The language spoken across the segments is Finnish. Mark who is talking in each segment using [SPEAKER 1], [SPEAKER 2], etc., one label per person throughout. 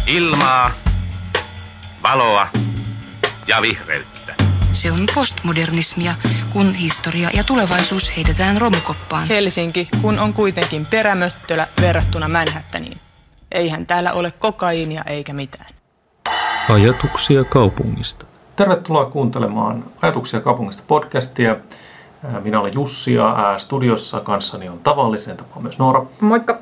[SPEAKER 1] Ilmaa, valoa ja vihreyttä.
[SPEAKER 2] Se on postmodernismia, kun historia ja tulevaisuus heitetään romukoppaan.
[SPEAKER 3] Helsinki, kun on kuitenkin perämöttölä verrattuna Manhattaniin. Eihän täällä ole kokaiinia eikä mitään.
[SPEAKER 4] Ajatuksia kaupungista.
[SPEAKER 5] Tervetuloa kuuntelemaan Ajatuksia kaupungista podcastia. Minä olen Jussi ja studiossa kanssani on tavallisen tapaan myös Noora.
[SPEAKER 6] Moikka!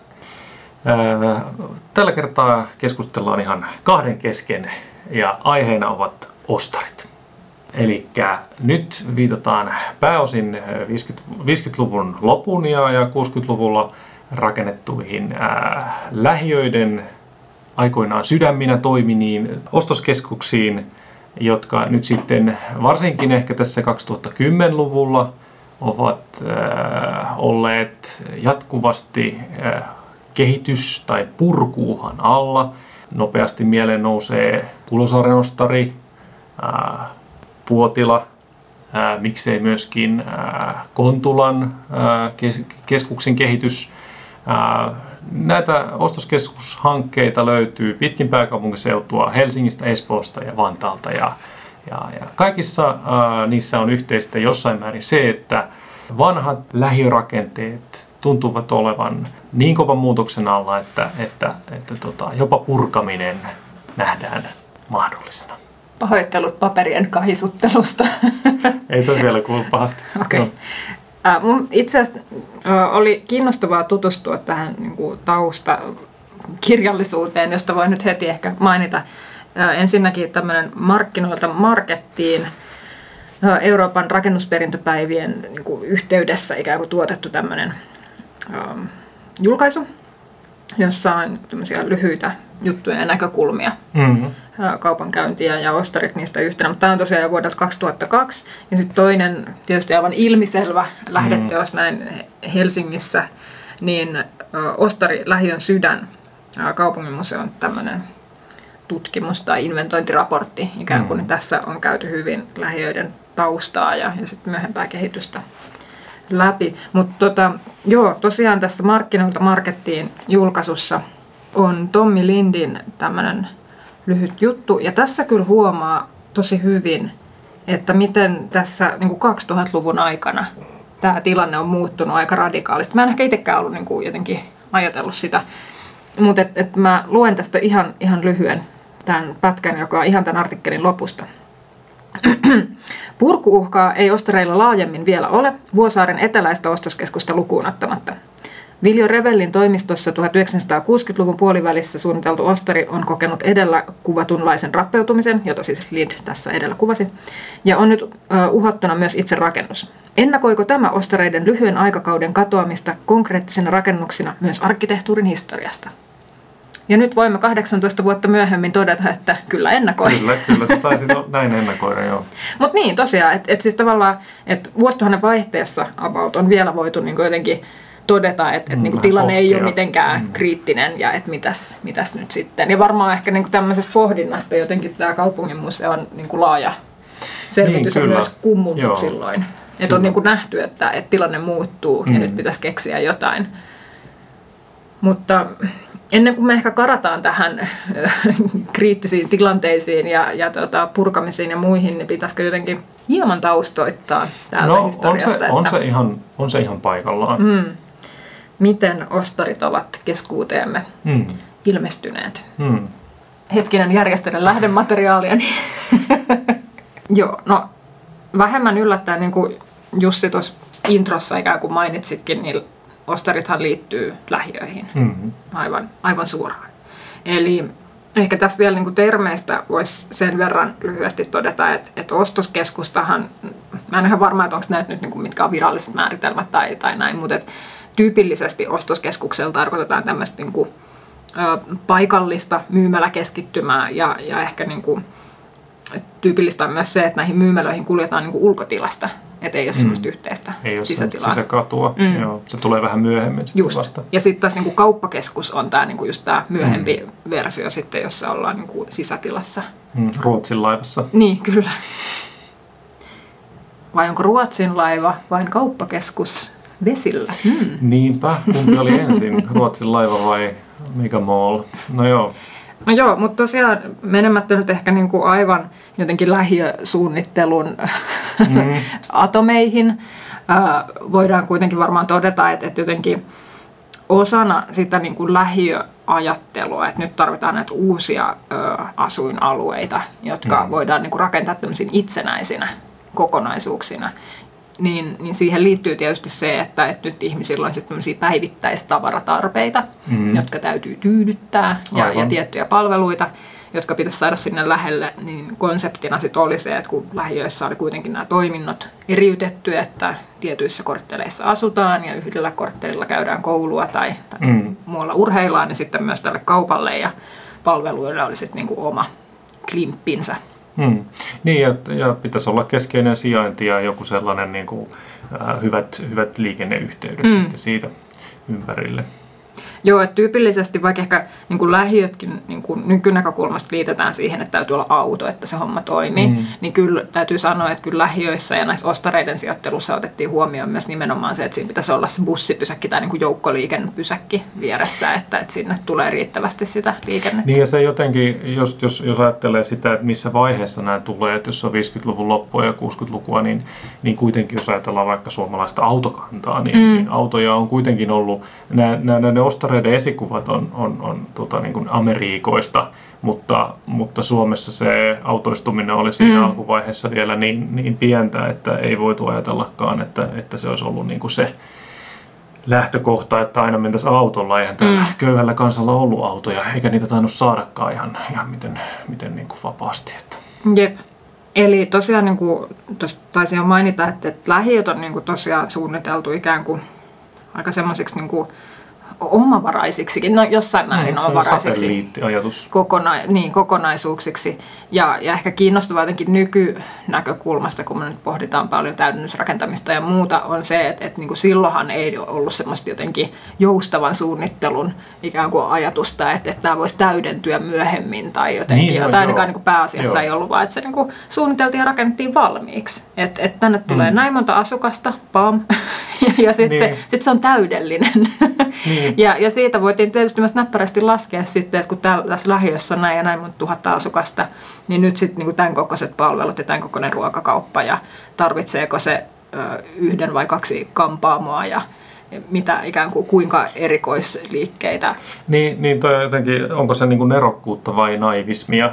[SPEAKER 5] Tällä kertaa keskustellaan ihan kahden kesken ja aiheena ovat ostarit. Eli nyt viitataan pääosin 50-luvun lopun ja 60-luvulla rakennettuihin lähiöiden aikoinaan sydäminä toiminiin ostoskeskuksiin, jotka nyt sitten varsinkin ehkä tässä 2010-luvulla ovat olleet jatkuvasti kehitys- tai purkuuhan alla. Nopeasti mieleen nousee Kulosaaren ostari, Puotila, miksei myöskin Kontulan keskuksen kehitys. Näitä ostoskeskushankkeita löytyy pitkin pääkaupunkiseutua Helsingistä, Espoosta ja Vantaalta. Ja kaikissa niissä on yhteistä jossain määrin se, että vanhat lähiörakenteet tuntuvat olevan niin kovan muutoksen alla, että jopa purkaminen nähdään mahdollisena.
[SPEAKER 6] Pahoittelut paperien kahisuttelusta.
[SPEAKER 5] Ei toi vielä kuulu pahasti.
[SPEAKER 6] Okay. Mun itse asiassa oli kiinnostavaa tutustua tähän taustakirjallisuuteen, josta voin nyt heti ehkä mainita. Ensinnäkin tämmöinen markkinoilta markettiin Euroopan rakennusperintöpäivien yhteydessä ikään kuin tuotettu tämmöinen julkaisu, jossa on tämmöisiä lyhyitä juttuja ja näkökulmia. Kaupankäyntiä ja ostarit niistä yhtenä, mutta tämä on tosiaan jo vuodelta 2002. Ja sitten toinen, tietysti aivan ilmiselvä lähdeteos näin Helsingissä, niin Ostari Lähiön sydän, kaupunginmuseon tämmöinen tutkimus tai inventointiraportti ikään kuin. Tässä on käyty hyvin lähiöiden taustaa ja sitten myöhempää kehitystä läpi. Mutta tosiaan tässä markkinoilta markettiin julkaisussa on Tommi Lindin tämmöinen lyhyt juttu. Ja tässä kyllä huomaa tosi hyvin, että miten tässä 2000-luvun aikana tämä tilanne on muuttunut aika radikaalisti. Mä en ehkä itsekään ollut jotenkin ajatellut sitä, mutta mä luen tästä ihan lyhyen tämän pätkän, joka on ihan tämän artikkelin lopusta. Purkuuhkaa ei ostareilla laajemmin vielä ole, Vuosaaren eteläistä ostoskeskusta lukuun ottamatta. Viljo Revellin toimistossa 1960-luvun puolivälissä suunniteltu ostari on kokenut edellä kuvatunlaisen rappeutumisen, jota siis Lind tässä edellä kuvasi, ja on nyt uhattuna myös itse rakennus. Ennakoiko tämä ostareiden lyhyen aikakauden katoamista konkreettisina rakennuksina myös arkkitehtuurin historiasta? Ja nyt voimme 18 vuotta myöhemmin todeta, että kyllä ennakoi.
[SPEAKER 5] Kyllä se taisi näin ennakoida, joo.
[SPEAKER 6] Mutta niin, tosiaan, että siis tavallaan, että vuosituhannen vaihteessa about on vielä voitu jotenkin todeta, että tilanne ei ole mitenkään kriittinen ja että mitäs nyt sitten. Ja varmaan ehkä tämmöisestä pohdinnasta jotenkin tämä kaupunginmuseon laaja selvitys on myös kummunut silloin. Että on nähty, että tilanne muuttuu ja nyt pitäisi keksiä jotain. Mutta ennen kuin me ehkä karataan tähän kriittisiin tilanteisiin ja purkamisiin ja muihin, niin pitäisikö jotenkin hieman taustoittaa täältä historiasta?
[SPEAKER 5] On se ihan paikallaan.
[SPEAKER 6] Miten ostarit ovat keskuuteemme ilmestyneet? Hetkinen, järjestelen lähdemateriaalia. Joo, no vähemmän yllättäen, niin kuin Jussi tuossa introssa ikään kuin mainitsitkin, niin ostarithan liittyy lähiöihin aivan suoraan. Eli ehkä tässä vielä termeistä voisi sen verran lyhyesti todeta, että ostoskeskustahan, mä en ole ihan varma, että onko näitä nyt mitkä on viralliset määritelmät tai näin, mutta tyypillisesti ostoskeskuksella tarkoitetaan tämmöistä paikallista myymäläkeskittymää ja ehkä tyypillistä on myös se, että näihin myymälöihin kuljetaan ulkotilasta, että ei ole semmoista yhteistä sisätilaa.
[SPEAKER 5] Ei ole sisäkatua, joo, se tulee vähän myöhemmin sitten vasta.
[SPEAKER 6] Ja sitten taas kauppakeskus on tämä just tämä myöhempi versio sitten, jossa ollaan sisätilassa.
[SPEAKER 5] Ruotsin laivassa.
[SPEAKER 6] Niin, kyllä. Vai onko Ruotsin laiva vain kauppakeskus vesillä?
[SPEAKER 5] Niinpä, kumpi oli ensin, Ruotsin laiva vai Mega Mall? No joo.
[SPEAKER 6] No joo, mutta tosiaan menemättä nyt ehkä niin kuin aivan jotenkin lähiösuunnittelun atomeihin, voidaan kuitenkin varmaan todeta, että jotenkin osana sitä niin kuin lähiöajattelua, että nyt tarvitaan näitä uusia asuinalueita, jotka voidaan niin kuin rakentaa tämmöisiin itsenäisinä kokonaisuuksina, niin siihen liittyy tietysti se, että nyt ihmisillä on sitten tämmöisiä päivittäistavaratarpeita, jotka täytyy tyydyttää ja tiettyjä palveluita, jotka pitäisi saada sinne lähelle, niin konseptina sitten oli se, että kun lähiöissä oli kuitenkin nämä toiminnot eriytetty, että tietyissä kortteleissa asutaan ja yhdellä korttelilla käydään koulua tai muualla urheillaan, niin sitten myös tälle kaupalle ja palveluille oli sitten niinku oma klimppinsä.
[SPEAKER 5] Niin, ja pitäisi olla keskeinen sijainti ja joku sellainen niin kuin, hyvät liikenneyhteydet sitten siitä ympärille.
[SPEAKER 6] Joo, että tyypillisesti vaikka ehkä niin kuin lähiötkin niin kuin nykynäkökulmasta liitetään siihen, että täytyy olla auto, että se homma toimii, niin kyllä täytyy sanoa, että kyllä lähiöissä ja näissä ostareiden sijoittelussa otettiin huomioon myös nimenomaan se, että siinä pitäisi olla se bussipysäkki tai niin kuin joukkoliikennepysäkki vieressä, että sinne tulee riittävästi sitä liikennettä.
[SPEAKER 5] Niin ja se jotenkin, jos ajattelee sitä, että missä vaiheessa nämä tulee, että jos on 50-luvun loppua ja 60-lukua, niin kuitenkin jos ajatellaan vaikka suomalaista autokantaa, niin autoja on kuitenkin ollut, nämä ostareiden esikuvat on niin kuin Amerikoista, mutta Suomessa se autoistuminen oli siinä alkuvaiheessa vielä niin pientä, että ei voitu ajatellakaan, että se olisi ollut niin kuin se lähtökohta, että aina mentäisiin autolla. Eihän täällä köyhällä kansalla ollut autoja, eikä niitä tainnut saadakaan ihan miten niin kuin vapaasti. Että.
[SPEAKER 6] Jep. Eli tosiaan, niin kuin taisin jo mainita, että lähiöt on niin kuin tosiaan suunniteltu ikään kuin aika semmoisiksi niin kuin omavaraisiksikin, no jossain määrin omavaraisiksi kokonaisuuksiksi. Ja ehkä kiinnostavaa jotenkin nykynäkökulmasta, kun me nyt pohditaan paljon täydennysrakentamista ja muuta, on se, että niin kuin silloinhan ei ollut semmoista jotenkin joustavan suunnittelun ikään kuin ajatusta, että tämä voisi täydentyä myöhemmin tai jotenkin, jota ainakaan niin kuin pääasiassa ei ollut, vaan että se niin kuin suunniteltiin ja rakennettiin valmiiksi. Että tänne tulee näin monta asukasta, pam, ja sitten se on täydellinen. Ja siitä voitiin tietysti myös näppärästi laskea sitten, että kun tässä lähiössä on näin ja näin monta 1000 asukasta, niin nyt sitten niin tämän kokoiset palvelut ja tämän kokoinen ruokakauppa ja tarvitseeko se 1 vai 2 kampaamoa ja mitä ikään kuin kuinka erikoisliikkeitä. Niin
[SPEAKER 5] toi jotenkin, onko se niin kuin nerokkuutta vai naivismia,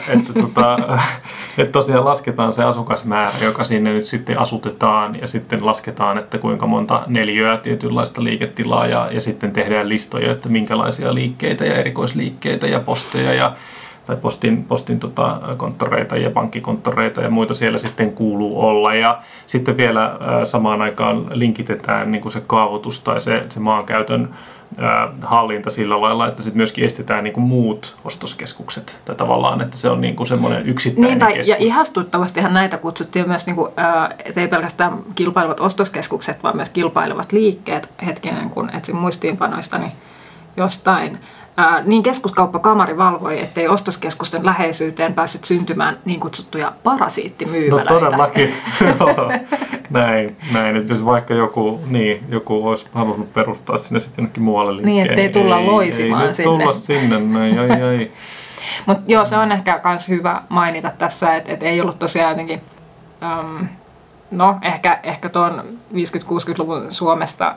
[SPEAKER 5] että tosiaan lasketaan se asukasmäärä, joka sinne nyt sitten asutetaan ja sitten lasketaan, että kuinka monta neliöä tietynlaista liiketilaa ja sitten tehdään listoja, että minkälaisia liikkeitä ja erikoisliikkeitä ja posteja tai postin konttoreita ja pankkikonttoreita ja muita siellä sitten kuuluu olla. Ja sitten vielä samaan aikaan linkitetään niin kuin se kaavoitus tai se maankäytön hallinta sillä lailla, että sitten myöskin estetään niin kuin muut ostoskeskukset. Tai tavallaan, että se on niin kuin semmoinen yksittäinen keskus.
[SPEAKER 6] Ja ihastuttavastihan näitä kutsuttiin myös, niin kuin, ei pelkästään kilpailevat ostoskeskukset, vaan myös kilpailevat liikkeet. Hetkinen, kun etsin muistiinpanoistani jostain. Niin keskuskauppakamari valvoi, ettei ostoskeskusten läheisyyteen päässyt syntymään niin kutsuttuja parasiittimyymälöitä.
[SPEAKER 5] No todellakin. näin. Että jos vaikka joku olisi halunnut perustaa sinne sitten jonnekin muualle liikkeen.
[SPEAKER 6] Niin, ettei tulla loisimaan sinne.
[SPEAKER 5] Ei tulla sinne, näin, ai.
[SPEAKER 6] Mutta joo, se on ehkä myös hyvä mainita tässä, että ei ollut tosiaan jotenkin, ehkä tuon 50-60-luvun Suomesta,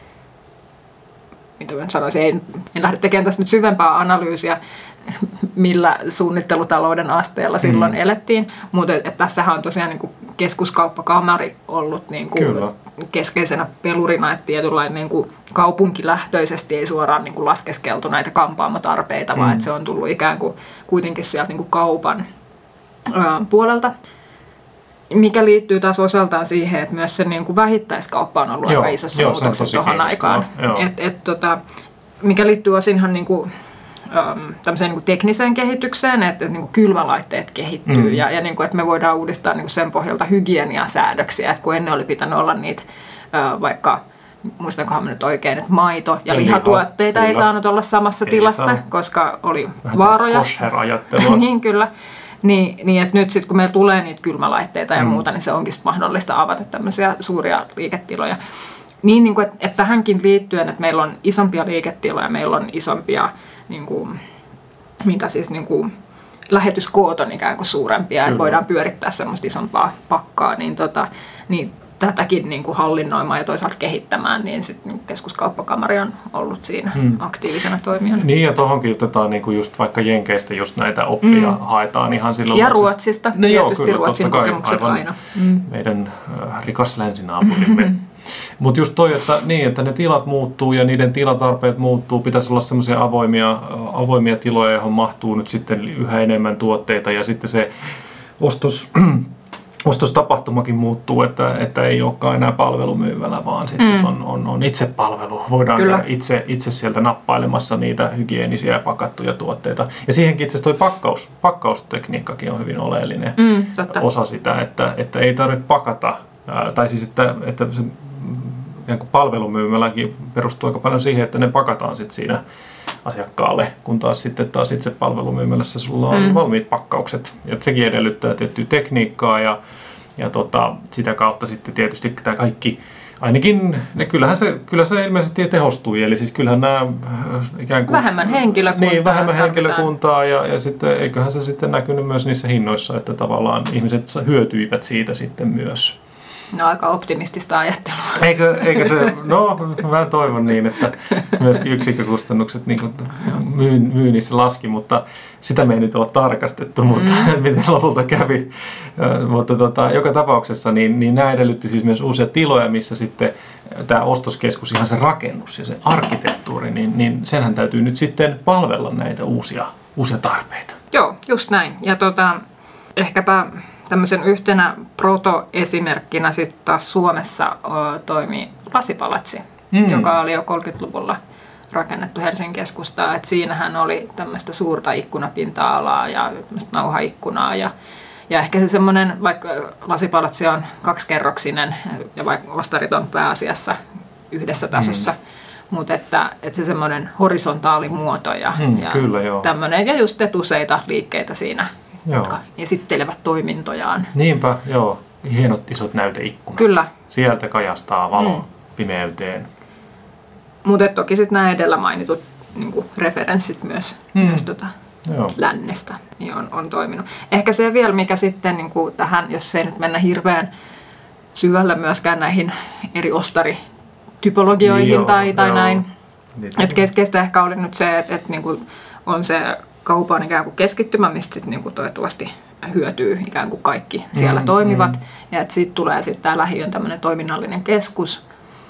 [SPEAKER 6] mitä mä sanoisin, en lähde tekemään tästä nyt syvempää analyysiä, millä suunnittelutalouden asteella silloin elettiin, mutta tässähän on tosiaan niin kuin keskuskauppakamari ollut niin kuin keskeisenä pelurina, että tietynlainen niin kuin kaupunkilähtöisesti ei suoraan niin kuin laskeskeltu näitä kampaamotarpeita, vaan että se on tullut ikään kuin kuitenkin sieltä niin kuin kaupan puolelta. Mikä liittyy taas osaltaan siihen, että myös se niin kuin vähittäiskauppa on ollut aika isossa muutoksessa tuohon aikaan. Mikä liittyy osinhan niin kuin, tämmöiseen niin kuin tekniseen kehitykseen, että niin kuin kylmälaitteet kehittyy ja niin kuin, että me voidaan uudistaa niin kuin sen pohjalta hygieniasäädöksiä, että kun ennen oli pitänyt olla niitä vaikka, muistankohan mä nyt oikein, että maito- ja lihatuotteita ei saanut olla samassa tilassa, koska oli vaaroja.
[SPEAKER 5] Kosher-ajattelua.
[SPEAKER 6] Niin kyllä. Niin, että nyt sitten kun meillä tulee niitä kylmälaitteita ja muuta, niin se onkin mahdollista avata tämmöisiä suuria liiketiloja. Niin kuin, että tähänkin liittyen, että meillä on isompia liiketiloja, meillä on isompia niin kuin, mitä siis niin kuin lähetyskoot on ikään kuin suurempia, että voidaan pyörittää semmoista isompaa pakkaa, niin tätäkin niin kuin hallinnoimaan ja toisaalta kehittämään, niin sitten niin keskuskauppakamari on ollut siinä aktiivisena toimijana.
[SPEAKER 5] Niin, ja tuohonkin otetaan niin kuin just vaikka Jenkeistä just näitä oppia haetaan ihan silloin.
[SPEAKER 6] Ja Ruotsista, tietysti kyllä, Ruotsin kokemukset aina.
[SPEAKER 5] Meidän rikas länsinaapurimme. Mutta just toi, että ne tilat muuttuu ja niiden tilatarpeet muuttuu, pitäisi olla semmoisia avoimia tiloja, johon mahtuu nyt sitten yhä enemmän tuotteita ja sitten se ostostapahtumakin muuttuu, että ei olekaan enää palvelumyyvällä, vaan sitten on itsepalvelu. Voidaan käydä itse sieltä nappailemassa niitä hygienisiä pakattuja tuotteita. Ja siihenkin itse asiassa toi pakkaustekniikkakin on hyvin oleellinen osa sitä, että ei tarvitse pakata. Tai siis, että se palvelumyymälläkin perustuu aika paljon siihen, että ne pakataan sitten siinä asiakkaalle, kun taas itse palvelumyymälässä sulla on valmiit pakkaukset. Ja sekin edellyttää tiettyä tekniikkaa ja sitä kautta sitten tietysti tämä kaikki, ainakin kyllä se ilmeisesti tehostui, eli siis kyllähän nämä ikään kuin
[SPEAKER 6] vähemmän henkilökuntaa.
[SPEAKER 5] Niin, vähemmän henkilökuntaa ja sitten eiköhän se sitten näkynyt myös niissä hinnoissa, että tavallaan ihmiset hyötyivät siitä sitten myös.
[SPEAKER 6] No aika optimistista ajattelua.
[SPEAKER 5] Eikö se, no mä toivon niin, että myöskin yksikkökustannukset niin myynnissä laski, mutta sitä me ei nyt ole tarkastettu, mutta miten lopulta kävi. Mutta joka tapauksessa niin nämä edellytti siis myös uusia tiloja, missä sitten tämä ostoskeskus, ihan se rakennus ja se arkkitehtuuri, niin senhän täytyy nyt sitten palvella näitä uusia tarpeita.
[SPEAKER 6] Joo, just näin. Ja ehkäpä tämmöisen yhtenä proto-esimerkkinä sitten taas Suomessa toimii Lasipalatsi, joka oli jo 30-luvulla rakennettu Helsingin keskustaan. Et siinähän oli tämmöistä suurta ikkunapinta-alaa ja tämmöistä nauhaikkunaa. Ja ehkä se semmoinen, vaikka Lasipalatsi on 2-kerroksinen ja vaikka ostarit on pääasiassa yhdessä tasossa, mutta että se semmoinen horisontaali muoto ja tämmöinen, ja just useita liikkeitä siinä, jotka esittelevät toimintojaan.
[SPEAKER 5] Niinpä, joo. Hienot isot näyteikkunat.
[SPEAKER 6] Kyllä.
[SPEAKER 5] Sieltä kajastaa valo pimeyteen.
[SPEAKER 6] Mutta toki sitten nämä edellä mainitut niinku referenssit myös lännestä niin on toiminut. Ehkä se vielä, mikä sitten niinku tähän, jos ei nyt mennä hirveän syvälle myöskään näihin eri ostaritypologioihin tai näin. Et keskeistä ehkä oli nyt se, että niinku on se kaupan ikään kuin keskittymä, mistä sitten niinku toivottavasti hyötyy ikään kuin kaikki siellä toimivat. Ja että siitä tulee sitten tämä lähiön tämmöinen toiminnallinen keskus.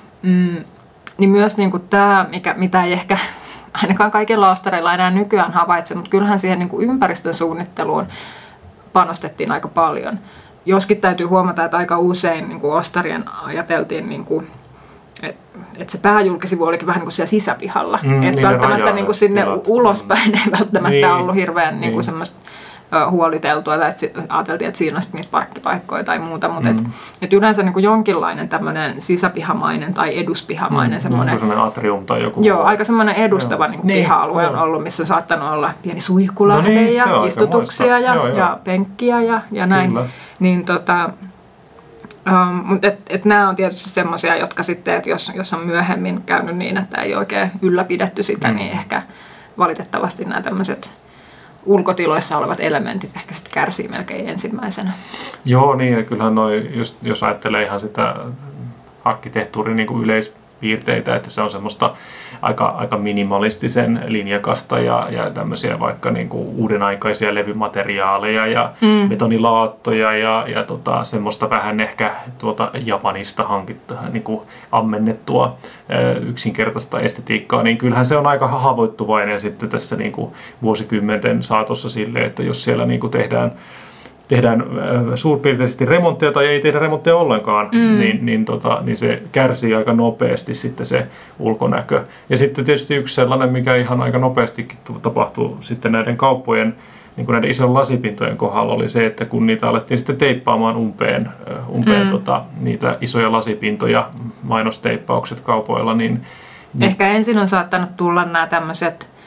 [SPEAKER 6] Niin myös niinku tämä, mitä ei ehkä ainakaan kaikilla ostareilla enää nykyään havaitse, mutta kyllähän siihen niinku ympäristön suunnitteluun panostettiin aika paljon. Joskin täytyy huomata, että aika usein niinku ostarien ajateltiin, niinku, että se pääjulkisivu olikin vähän niin kuin siellä sisäpihalla. Että välttämättä niin kuin sinne ulospäin ei välttämättä ollut hirveän niin kuin semmoista huoliteltua, tai ajateltiin, että siinä on niitä parkkipaikkoja tai muuta, mutta et yleensä niin kuin jonkinlainen tämmöinen sisäpihamainen tai eduspihamainen semmoinen
[SPEAKER 5] atrium tai joku.
[SPEAKER 6] Joo, aika semmoinen edustava niin kuin piha-alue on ollut, missä on saattanut olla pieni suihkulähde ja istutuksia ja penkkiä ja näin. Kyllä. Niin mutta nämä on tietysti semmoisia, jotka sitten, että jos on myöhemmin käynyt niin, että ei oikein ylläpidetty sitä, niin ehkä valitettavasti nämä tämmöiset ulkotiloissa olevat elementit ehkä sitten kärsii melkein ensimmäisenä.
[SPEAKER 5] Joo, niin ja kyllähän jos ajattelee ihan sitä arkkitehtuurin niin kuin yleispiirteitä, että se on semmoista aika minimalistisen linjakasta ja tämmöisiä vaikka niin kuin uudenaikaisia levymateriaaleja ja betonilaattoja ja semmoista vähän ehkä Japanista hankittua, niin kuin ammennettua yksinkertaista estetiikkaa, niin kyllähän se on aika haavoittuvainen sitten tässä niin kuin vuosikymmenten saatossa sille, että jos siellä niin kuin tehdään suurpiirteisesti remontteja tai ei tehdä remontteja ollenkaan, niin se kärsii aika nopeasti sitten se ulkonäkö. Ja sitten tietysti yksi sellainen, mikä ihan aika nopeastikin tapahtuu sitten näiden kauppojen, niin kuin näiden isojen lasipintojen kohdalla, oli se, että kun niitä alettiin sitten teippaamaan umpeen niitä isoja lasipintoja, mainosteippaukset kaupoilla, niin
[SPEAKER 6] ehkä ensin on saattanut tulla nämä tämmöiset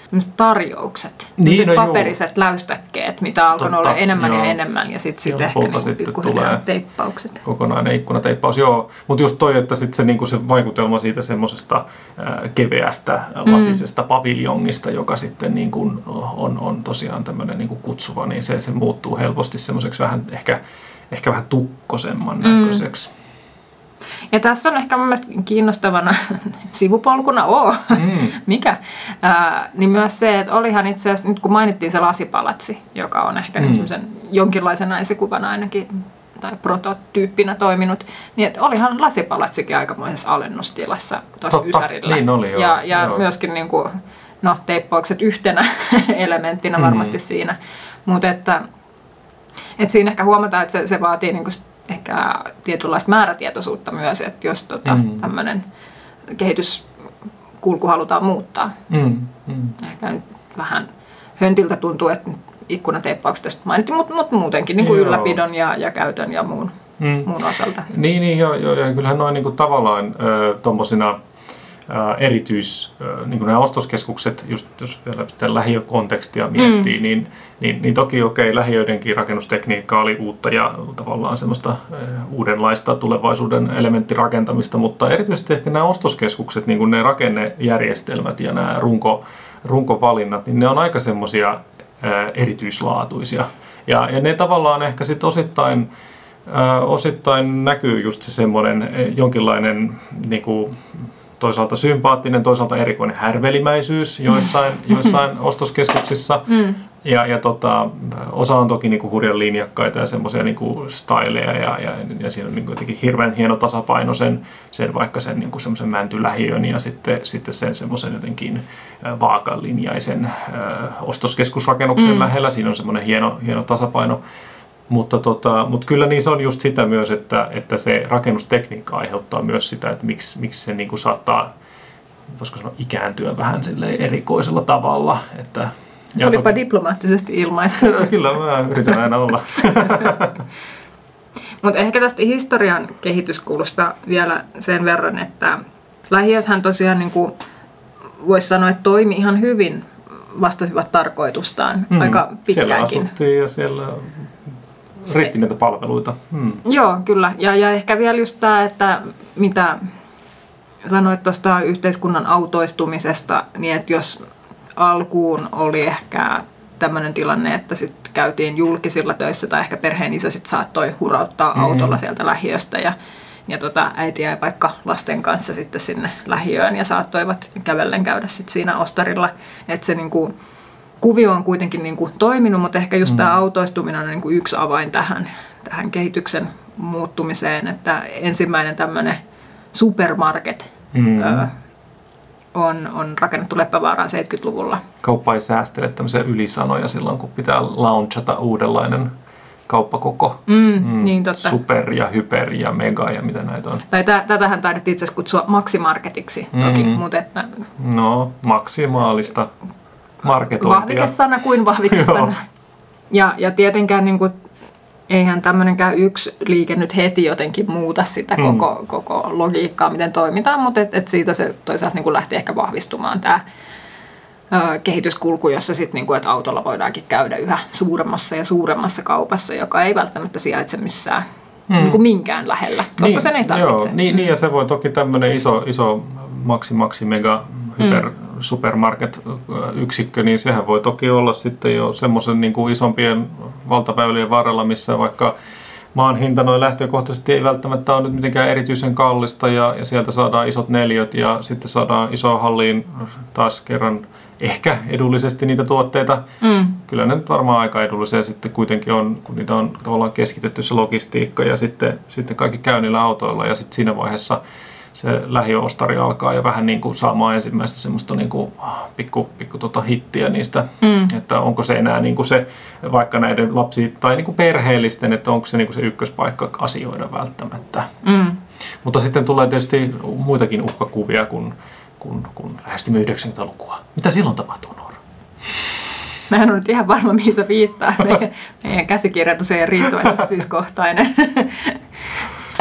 [SPEAKER 6] tarjoukset,
[SPEAKER 5] niin,
[SPEAKER 6] paperiset läystäkkeet, mitä alkoi olla enemmän ja enemmän, ja sitten ehkä niin pikkuhiljaa teippaukset.
[SPEAKER 5] Kokonainen ikkunateippaus, joo. Mutta just toi, että sit se, niinku se vaikutelma siitä semmoisesta keveästä, lasisesta paviljongista, joka sitten niinku on tosiaan tämmöinen niinku kutsuva, niin se muuttuu helposti semmoiseksi ehkä vähän tukkosemman näköiseksi.
[SPEAKER 6] Ja tässä on ehkä mun mielestä kiinnostavana sivupolkuna, mikä, niin myös se, että olihan itse asiassa, nyt kun mainittiin se lasipalatsi, joka on ehkä jonkinlaisena esikuvana ainakin, tai prototyyppinä toiminut, niin että olihan lasipalatsikin aikamoisessa alennustilassa tuossa Ysärillä.
[SPEAKER 5] Niin oli, joo.
[SPEAKER 6] Ja myöskin niin kuin, teippaukset yhtenä elementtinä varmasti siinä, mutta että siinä ehkä huomataan, että se vaatii niin kuin ehkä tietynlaista määrätietoisuutta myös, että jos tämmöinen kehityskulku halutaan muuttaa. Ehkä nyt vähän höntiltä tuntuu, että ikkunateippaukset tästä mainittiin, mutta muutenkin niin kuin ylläpidon ja käytön ja muun osalta.
[SPEAKER 5] Niin joo, ja kyllähän noin niin kuin tavallaan tommosina niin kuin nämä ostoskeskukset, just jos vielä sitä lähiökontekstia miettii, niin toki lähiöidenkin rakennustekniikka oli uutta ja tavallaan semmoista uudenlaista tulevaisuuden elementtirakentamista, mutta erityisesti ehkä nämä ostoskeskukset, niin kuin ne rakennejärjestelmät ja nämä runkovalinnat, niin ne on aika semmoisia erityislaatuisia. Ja ne tavallaan ehkä sitten osittain näkyy just se semmoinen jonkinlainen niin kuin toisaalta sympaattinen, toisaalta erikoinen härvelimäisyys joissain ostoskeskuksissa. Ja osa on toki niinku hurjan linjakkaita ja semmoisia niinku styleja ja siinä on niinku jotenkin hirveän hieno tasapaino sen vaikka sen niinku semmoisen mäntylähiön ja sitten sen semmoisen jotenkin vaakalinjaisen ostoskeskusrakennuksen lähellä. Siinä on semmoinen hieno tasapaino. Mutta kyllä niissä on just sitä myös, että se rakennustekniikka aiheuttaa myös sitä, että miksi se niinku saattaa, voisiko sanoa, ikääntyä vähän erikoisella tavalla.
[SPEAKER 6] Olipa diplomaattisesti ilmaistu.
[SPEAKER 5] Kyllä, mä yritän aina olla.
[SPEAKER 6] Mutta ehkä tästä historian kehityskulusta vielä sen verran, että lähiöthän tosiaan niin voisi sanoa, että toimi ihan hyvin, vastasivat tarkoitustaan aika pitkäänkin.
[SPEAKER 5] Siellä asuttiin ja siellä riitti näitä palveluita.
[SPEAKER 6] Joo, kyllä. Ja ehkä vielä just tämä, että mitä sanoit tuosta yhteiskunnan autoistumisesta, niin että jos alkuun oli ehkä tämmöinen tilanne, että sitten käytiin julkisilla töissä tai ehkä perheen isä sitten saattoi hurauttaa autolla sieltä lähiöstä ja äiti jäi vaikka lasten kanssa sitten sinne lähiöön ja saattoivat kävellen käydä sitten siinä ostarilla. Että se niinku kuvio on kuitenkin niinku toiminut, mutta ehkä just tämä autoistuminen on niinku yksi avain tähän kehityksen muuttumiseen, että ensimmäinen tämmöinen supermarket on rakennettu Leppävaaraan 70-luvulla.
[SPEAKER 5] Kauppa ei säästele tämmöisiä ylisanoja silloin, kun pitää launchata uudenlainen kauppakoko.
[SPEAKER 6] Niin totta.
[SPEAKER 5] Super ja hyper ja mega ja mitä näitä on.
[SPEAKER 6] Tai tätähän taidettiin itse asiassa kutsua maksimarketiksi toki. Mutta että
[SPEAKER 5] maksimaalista marketointia.
[SPEAKER 6] Vahvikesana kuin vahvikesana. Ja tietenkään niin kuin, eihän tämmöinenkään yksi liike nyt heti jotenkin muuta sitä koko logiikkaa, miten toimitaan, mutta siitä se toisaalta niin kuin lähti ehkä vahvistumaan tämä kehityskulku, jossa sitten niin kuin, että autolla voidaankin käydä yhä suuremmassa ja suuremmassa kaupassa, joka ei välttämättä sijaitse missään niin kuin minkään lähellä, koska sen ei tarvitse.
[SPEAKER 5] Niin, ja se voi toki tämmöinen iso maksi mega hyper supermarket-yksikkö, niin sehän voi toki olla sitten jo semmoisen niin kuin isompien valtaväylien varrella, missä vaikka maan hinta noin lähtökohtaisesti ei välttämättä ole nyt mitenkään erityisen kallista ja sieltä saadaan isot neliöt ja sitten saadaan isoon halliin taas kerran ehkä edullisesti niitä tuotteita. Kyllä ne nyt varmaan aika edullisia sitten kuitenkin on, kun niitä on tavallaan keskitetty se logistiikka ja sitten kaikki käy niillä autoilla ja sitten siinä vaiheessa se lähiöostari alkaa jo vähän niin kuin saamaan ensimmäistä semmoista niin kuin pikku hittiä niistä, että onko se enää niin kuin se vaikka näiden tai niin kuin perheellisten, että onko se niin kuin se ykköspaikka asioida välttämättä. Mutta sitten tulee tietysti muitakin uhkakuvia, kun lähestymme 90-lukua. Mitä silloin tapahtuu, Noora?
[SPEAKER 6] Mä en ole nyt ihan varma, mihin sä viittaa. Meidän käsikirjoitus ei riittävän yksityiskohtainen.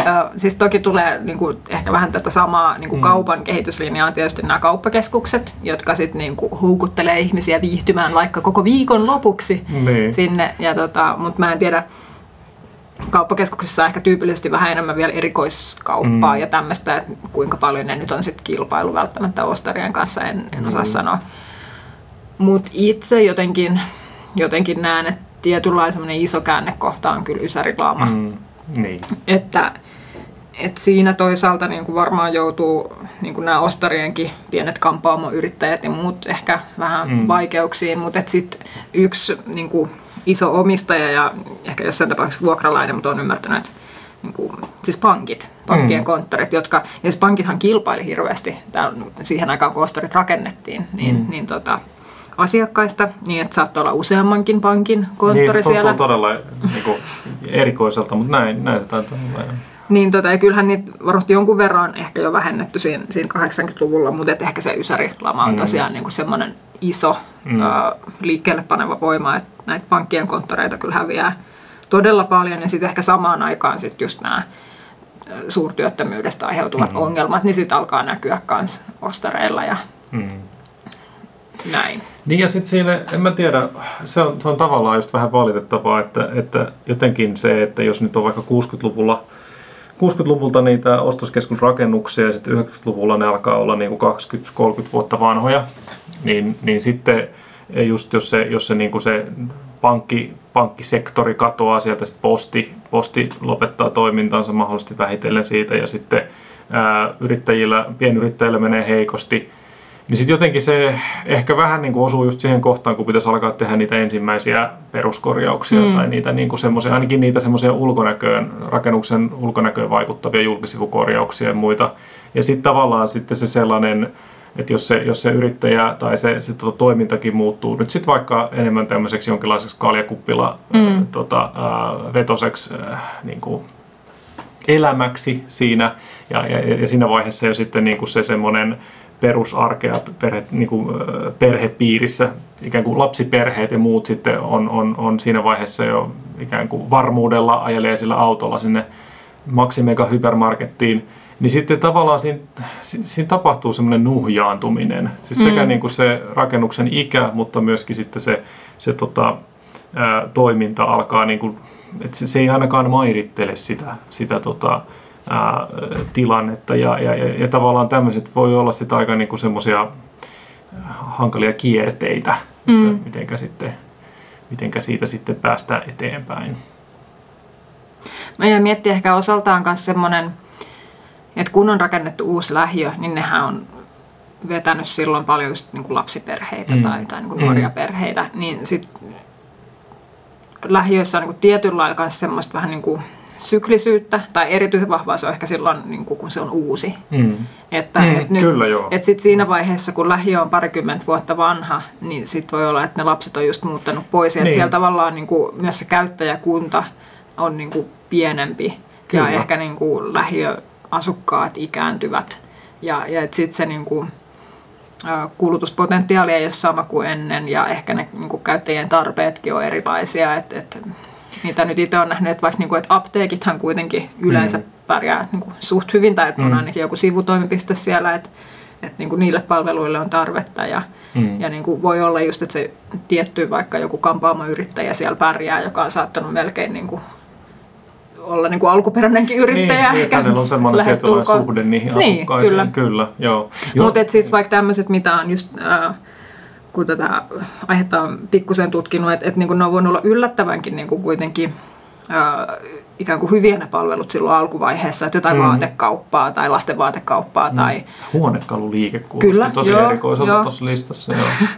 [SPEAKER 6] Siis toki tulee niin kuin, ehkä vähän tätä samaa niin kuin kaupan kehityslinjaa on tietysti nämä kauppakeskukset, jotka sitten niin kuin houkuttelee ihmisiä viihtymään vaikka koko viikon lopuksi sinne. Mutta mä en tiedä, kauppakeskuksissa on ehkä tyypillisesti vähän enemmän vielä erikoiskauppaa ja tämmöistä, että kuinka paljon ne nyt on sitten kilpailu välttämättä ostarien kanssa, en osaa sanoa. Mutta itse jotenkin näen, että tietynlainen semmoinen iso käännekohta on kyllä ysärilaama.
[SPEAKER 5] Niin.
[SPEAKER 6] Että siinä toisaalta niin kuin varmaan joutuu niin kuin nämä ostarienkin pienet kampaamoyrittäjät ja muut ehkä vähän vaikeuksiin, mutta sitten yksi niin kuin iso omistaja ja ehkä jossain tapauksessa vuokralainen, mutta olen ymmärtänyt, että niin kuin, siis pankkien konttorit, jotka, ja siis pankithan kilpaili hirveästi siihen aikaan, kun ostarit rakennettiin, niin asiakkaista, niin että saattoi olla useammankin pankin konttori
[SPEAKER 5] niin,
[SPEAKER 6] siellä.
[SPEAKER 5] Niin, todella niin kuin, erikoiselta, mutta näin se taitaa olla.
[SPEAKER 6] Niin, ja kyllähän niitä varmasti jonkun verran ehkä jo vähennetty siinä 80-luvulla, mutta ehkä se ysärilama on tosiaan niin kuin semmoinen iso liikkeelle paneva voima, että näitä pankkien konttoreita kyllä häviää todella paljon, ja sitten ehkä samaan aikaan sitten just nämä suurtyöttömyydestä aiheutuvat ongelmat, niin sitten alkaa näkyä myös ostareilla ja näin.
[SPEAKER 5] Niin ja sitten siinä, en mä tiedä, se on tavallaan just vähän valitettavaa, että jotenkin se, että jos nyt on vaikka 60-luvulta niitä ostoskeskusrakennuksia ja sitten 90-luvulla ne alkaa olla niin kuin 20-30 vuotta vanhoja, niin sitten just jos se, niin kuin se pankkisektori katoaa sieltä, sitten posti lopettaa toimintansa mahdollisesti vähitellen siitä ja sitten pienyrittäjillä menee heikosti, niin sitten jotenkin se ehkä vähän niin kuin osuu just siihen kohtaan, kun pitäisi alkaa tehdä niitä ensimmäisiä peruskorjauksia tai niitä niin kuin semmoisia, ainakin niitä semmoisia rakennuksen ulkonäköön vaikuttavia julkisivukorjauksia ja muita. Ja sitten tavallaan sitten se sellainen, että jos se yrittäjä tai se toimintakin muuttuu nyt sitten vaikka enemmän tämmöiseksi jonkinlaiseksi kaljakuppila vetoseksi niin kuin elämäksi siinä ja siinä vaiheessa jo sitten niin kuin se semmoinen perusarkea perhepiirissä, ikään kuin lapsiperheet ja muut sitten on siinä vaiheessa jo ikään kuin varmuudella ajelee sillä autolla sinne Maximega hypermarkettiin, niin sitten tavallaan siinä tapahtuu semmoinen nuhjaantuminen. Siis sekä niin kuin se rakennuksen ikä, mutta myöskin sitten se toiminta alkaa, niin kuin, että se ei ainakaan mairittele sitä tilannetta ja tavallaan tämmöiset voi olla sitten aika niinku semmoisia hankalia kierteitä, että mitenkä siitä sitten päästään eteenpäin.
[SPEAKER 6] No ja miettiä ehkä osaltaan myös semmoinen, että kun on rakennettu uusi lähiö, niin nehän on vetänyt silloin paljon just niinku lapsiperheitä tai niinku nuoria perheitä, niin sitten lähiöissä on niinku tietyllä lailla myös semmoista vähän niinku syklisyyttä, tai erityisen vahvaa se on ehkä silloin, niin kun se on uusi.
[SPEAKER 5] Kyllä joo.
[SPEAKER 6] Että sit siinä vaiheessa, kun lähiö on parikymmentä vuotta vanha, niin sit voi olla, että ne lapset on just muuttanut pois. Että siellä tavallaan niin kuin, myös se käyttäjäkunta on niin kuin, pienempi. Kyllä. Ja ehkä niin kuin, lähiöasukkaat ikääntyvät. Ja sitten se niin kuin, kulutuspotentiaali ei ole sama kuin ennen, ja ehkä ne niin kuin, käyttäjien tarpeetkin on erilaisia. Niitä nyt itse olen nähnyt, että vaikka niin kuin, että apteekithan kuitenkin yleensä pärjää niin kuin suht hyvin, tai että on ainakin joku sivutoimipiste siellä, että niin kuin niille palveluille on tarvetta. Ja niin kuin voi olla just, että se tietty vaikka joku kampaamoyrittäjä siellä pärjää, joka on saattanut melkein niin kuin olla niin kuin alkuperäinenkin yrittäjä.
[SPEAKER 5] Niin, hänellä on semmoinen tietynlainen suhde niihin asukkaisiin.
[SPEAKER 6] Niin,
[SPEAKER 5] kyllä joo.
[SPEAKER 6] Mutta sitten vaikka tämmöiset, mitä on just kun tätä aihetta on pikkusen tutkinut, että niin ne on voinut olla yllättävänkin niin kuitenkin ikään kuin hyviä ne palvelut silloin alkuvaiheessa, että jotain vaatekauppaa tai lastenvaatekauppaa. Tai
[SPEAKER 5] huonekaluliike kuulosti tosi erikoiselta tuossa listassa.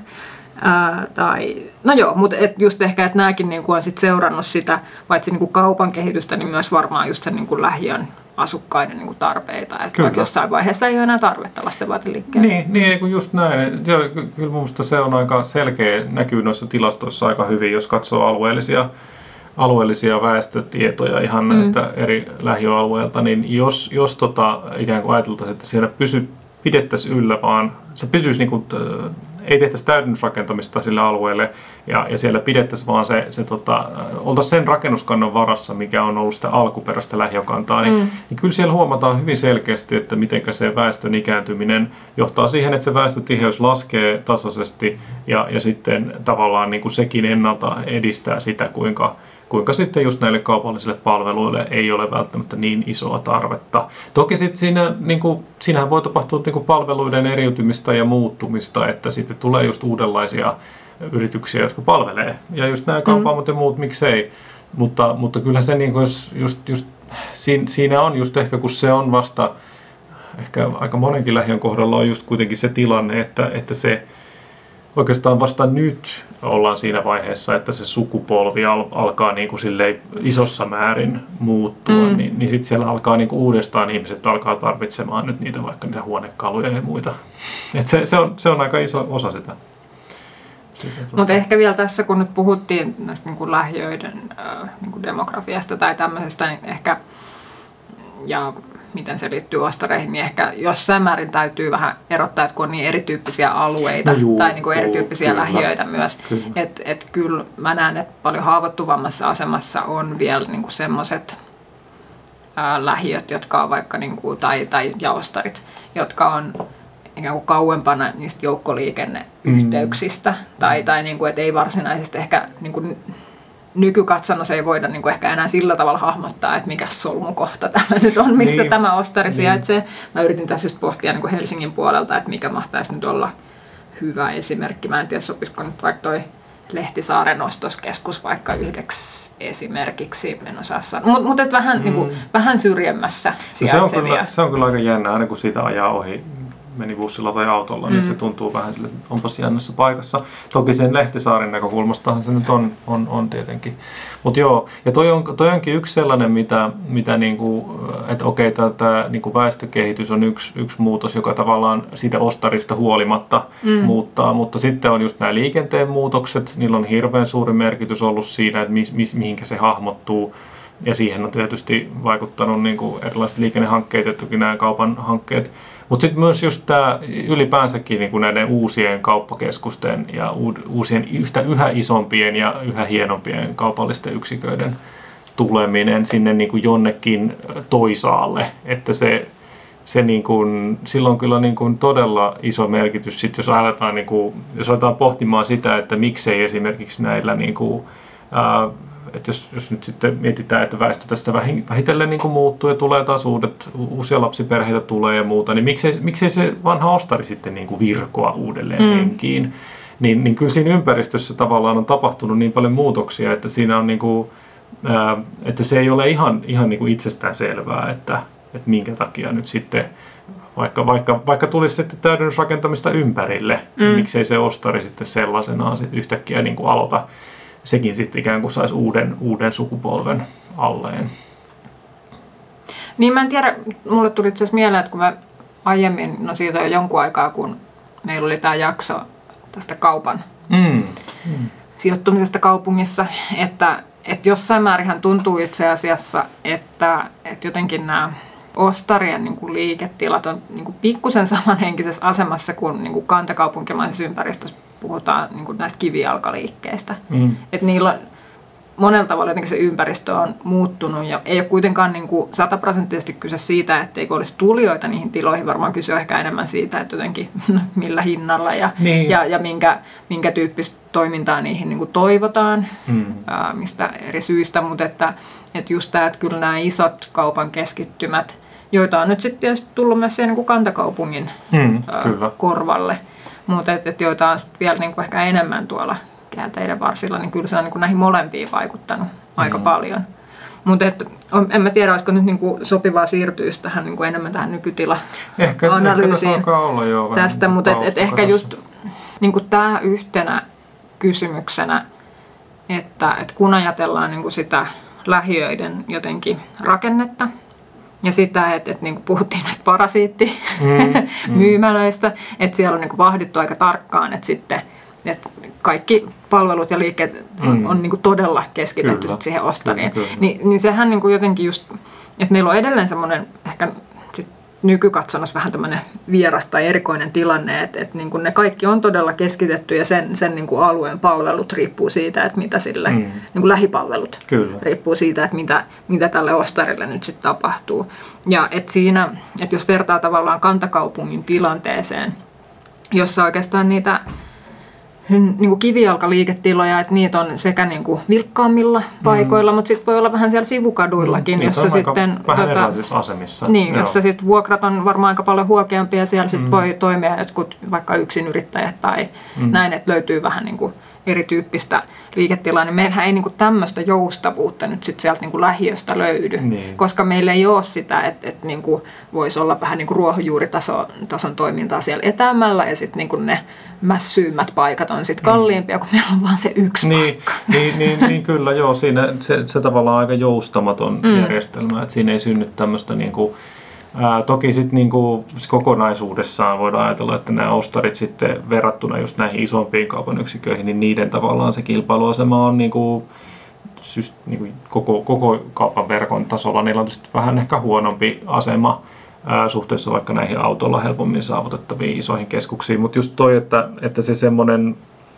[SPEAKER 6] Mutta just ehkä, että nämäkin niin on sit seurannut sitä, paitsi niin kaupan kehitystä, niin myös varmaan just sen niin lähiön asukkaiden niin tarpeita. Että vaikka jossain vaiheessa ei ole enää tarvetta lastenvaateliikkeelle. Niin,
[SPEAKER 5] kun just näin. Kyllä minusta se on aika selkeä, näkyy noissa tilastoissa aika hyvin, jos katsoo alueellisia väestötietoja ihan näistä eri lähiöalueilta, niin jos ikään kuin ajateltaisiin, että siellä pidettäisiin yllä, vaan se pysyisi niin kuin ei tehtäisi täydennysrakentamista sille alueelle ja siellä pidettäisiin vaan oltaisiin sen rakennuskannan varassa, mikä on ollut sitä alkuperäistä lähiökantaa, niin kyllä siellä huomataan hyvin selkeästi, että miten se väestön ikääntyminen johtaa siihen, että se väestötiheys laskee tasaisesti ja sitten tavallaan niin kuin sekin ennalta edistää sitä, kuinka sitten just näille kaupallisille palveluille ei ole välttämättä niin isoa tarvetta. Toki sitten siinähän voi tapahtua niin kuin palveluiden eriytymistä ja muuttumista, että sitten tulee just uudenlaisia yrityksiä, jotka palvelee. Ja just nämä kauppaamot ja muut, miksei. Mutta kyllä se niin kuin siinä on just ehkä, kun se on vasta, ehkä aika monenkin lähiön kohdalla on just kuitenkin se tilanne, että se oikeastaan vasta nyt ollaan siinä vaiheessa, että se sukupolvi alkaa niin kuin silleen isossa määrin muuttua, niin sitten siellä alkaa niin kuin uudestaan ihmiset alkaa tarvitsemaan nyt niitä vaikka niitä huonekaluja ja muita. Et se on aika iso osa sitä.
[SPEAKER 6] Mutta ehkä vielä tässä, kun nyt puhuttiin näistä niin kuin lähiöiden niin kuin demografiasta tai tämmöisestä, niin ehkä, ja miten se liittyy ostareihin, niin ehkä jossain määrin täytyy vähän erottaa, että kun on niin erityyppisiä alueita tai niin kuin erityyppisiä lähiöitä myös. Että kyllä mä näen, että paljon haavoittuvammassa asemassa on vielä niin kuin semmoiset lähiöt, jotka on vaikka, niin kuin, tai jaostarit, jotka on ikään kuin kauempana niistä joukkoliikenneyhteyksistä. Tai niin kuin, että ei varsinaisesti ehkä niin kuin nykykatsannossa ei voida niin kuin ehkä enää sillä tavalla hahmottaa, että mikä solmukohta täällä nyt on, missä tämä ostari sijaitsee. Mä yritin tässä just pohtia niin kuin Helsingin puolelta, että mikä mahtaisi nyt olla hyvä esimerkki. Mä en tiedä, sopisiko nyt vaikka toi Lehtisaaren ostoskeskus vaikka yhdeksi esimerkiksi, en osaa sanoa. Mutta vähän, niin kuin, vähän syrjemmässä sijaitsevia.
[SPEAKER 5] Se on kyllä aika jännä, aina kun siitä ajaa ohi, meni bussilla tai autolla, niin se tuntuu vähän sille, että onpas jännässä paikassa. Toki sen Lehtisaaren näkökulmastahan se nyt on tietenkin. Mutta joo, ja toi onkin yksi sellainen, mitä niinku, että okei, tämä niinku väestökehitys on yksi muutos, joka tavallaan siitä ostarista huolimatta muuttaa, mutta sitten on just nämä liikenteen muutokset, niillä on hirveän suuri merkitys ollut siinä, että mihinkä se hahmottuu. Ja siihen on tietysti vaikuttanut niinku erilaiset liikennehankkeet ja toki nämä kaupan hankkeet. Mutta sitten myös just tämä ylipäänsäkin niin näiden uusien kauppakeskusten ja uusien yhä isompien ja yhä hienompien kaupallisten yksiköiden tuleminen sinne niin kuin jonnekin toisaalle. Että se niin kuin, sillä on kyllä niin kuin todella iso merkitys, sit jos aletaan pohtimaan sitä, että miksei esimerkiksi näillä niin kuin, että jos nyt sitten mietitään, että väestö tästä vähitellen niin kuin muuttuu ja tulee taas uusia lapsiperheitä tulee ja muuta, niin miksei se vanha ostari sitten niin kuin virkoa uudelleen henkiin? Niin kyllä siinä ympäristössä tavallaan on tapahtunut niin paljon muutoksia, että siinä on niin kuin, että se ei ole ihan niin kuin itsestään selvää, että minkä takia nyt sitten vaikka tulisi sitten täydennysrakentamista ympärille, niin miksei se ostari sitten sellaisenaan sitten yhtäkkiä niin kuin aloita. Sekin sitten ikään kuin saisi uuden sukupolven alleen.
[SPEAKER 6] Niin mä en tiedä, mulle tuli itse asiassa mieleen, että kun mä aiemmin, no siitä on jo jonkun aikaa, kun meillä oli tämä jakso tästä kaupan sijoittumisesta kaupungissa, että jossain määrin tuntuu itse asiassa, että jotenkin nämä ostarien niin kuin liiketilat on niin kuin pikkusen samanhenkisessä asemassa kuin, niin kuin kantakaupunkimaisessa ympäristössä. Puhutaan niin kuin näistä kivijalkaliikkeistä. Että niillä on monella tavalla jotenkin se ympäristö on muuttunut ja ei ole kuitenkaan niin kuin 100% kyse siitä, etteikö olisi tulijoita niihin tiloihin. Varmaan kyse on ehkä enemmän siitä, että jotenkin millä hinnalla ja minkä tyyppistä toimintaa niihin niin kuin toivotaan, mistä eri syistä. Mutta että just tämä, että kyllä nämä isot kaupan keskittymät, joita on nyt sitten tietysti tullut myös siihen niin kuin kantakaupungin korvalle, mutta joita on vielä niin kuin ehkä enemmän tuolla kehäteiden varsilla, niin kyllä se on niin kuin näihin molempiin vaikuttanut aika paljon. Mutta en mä tiedä, olisiko nyt niin kuin sopivaa siirtyä tähän niin kuin enemmän tähän nykytila-analyysiin tästä, mutta ehkä just niin kuin tämä yhtenä kysymyksenä, että kun ajatellaan niin kuin sitä lähiöiden jotenkin rakennetta, ja sitä, että niin kuin puhuttiin näistä parasiittimyymälöistä, että siellä on niin kuin vahdittu aika tarkkaan, että sitten että kaikki palvelut ja liikkeet on niin kuin todella keskitetty siihen ostariin. Niin sehän niin kuin jotenkin just, että meillä on edelleen semmoinen ehkä sit nykykatsannossa vähän tämmöinen vieras tai erikoinen tilanne, että niin kuin ne kaikki on todella keskitetty ja sen niin kuin alueen palvelut riippuu siitä, että mitä sille, niin kuin lähipalvelut riippuu siitä, että mitä tälle ostarille nyt sitten tapahtuu. Ja että siinä, että jos vertaa tavallaan kantakaupungin tilanteeseen, jossa oikeastaan niitä niin kuin kivijalkaliiketiloja, että niitä on sekä niin kuin vilkkaammilla paikoilla, mutta sitten voi olla vähän siellä sivukaduillakin, jossa sitten
[SPEAKER 5] vähän erilaisissa asemissa.
[SPEAKER 6] Niin, jossa sitten vuokrat on varmaan aika paljon huokeampia ja siellä sitten voi toimia jotkut vaikka yksinyrittäjät tai näin, että löytyy vähän niin kuin erityyppistä liiketilaa, niin meillähän ei niinku tämmöistä joustavuutta nyt sit sieltä niinku lähiöstä löydy, koska meillä ei ole sitä, että niinku voisi olla vähän niinku ruohonjuuritason toimintaa siellä etäämällä ja sitten niinku ne mässyymmät paikat on sitten kalliimpia, kun meillä on vaan se yksi paikka.
[SPEAKER 5] Niin kyllä, joo, siinä se tavallaan aika joustamaton järjestelmä, että siinä ei synny tämmöistä niinku, toki sitten niinku kokonaisuudessaan voidaan ajatella, että nämä ostarit sitten verrattuna just näihin isompiin kaupan yksiköihin, niin niiden tavallaan se kilpailuasema on niinku koko kaupan verkon tasolla. Niillä on vähän ehkä huonompi asema suhteessa vaikka näihin autolla helpommin saavutettaviin isoihin keskuksiin, mutta just toi, että se semmoinen,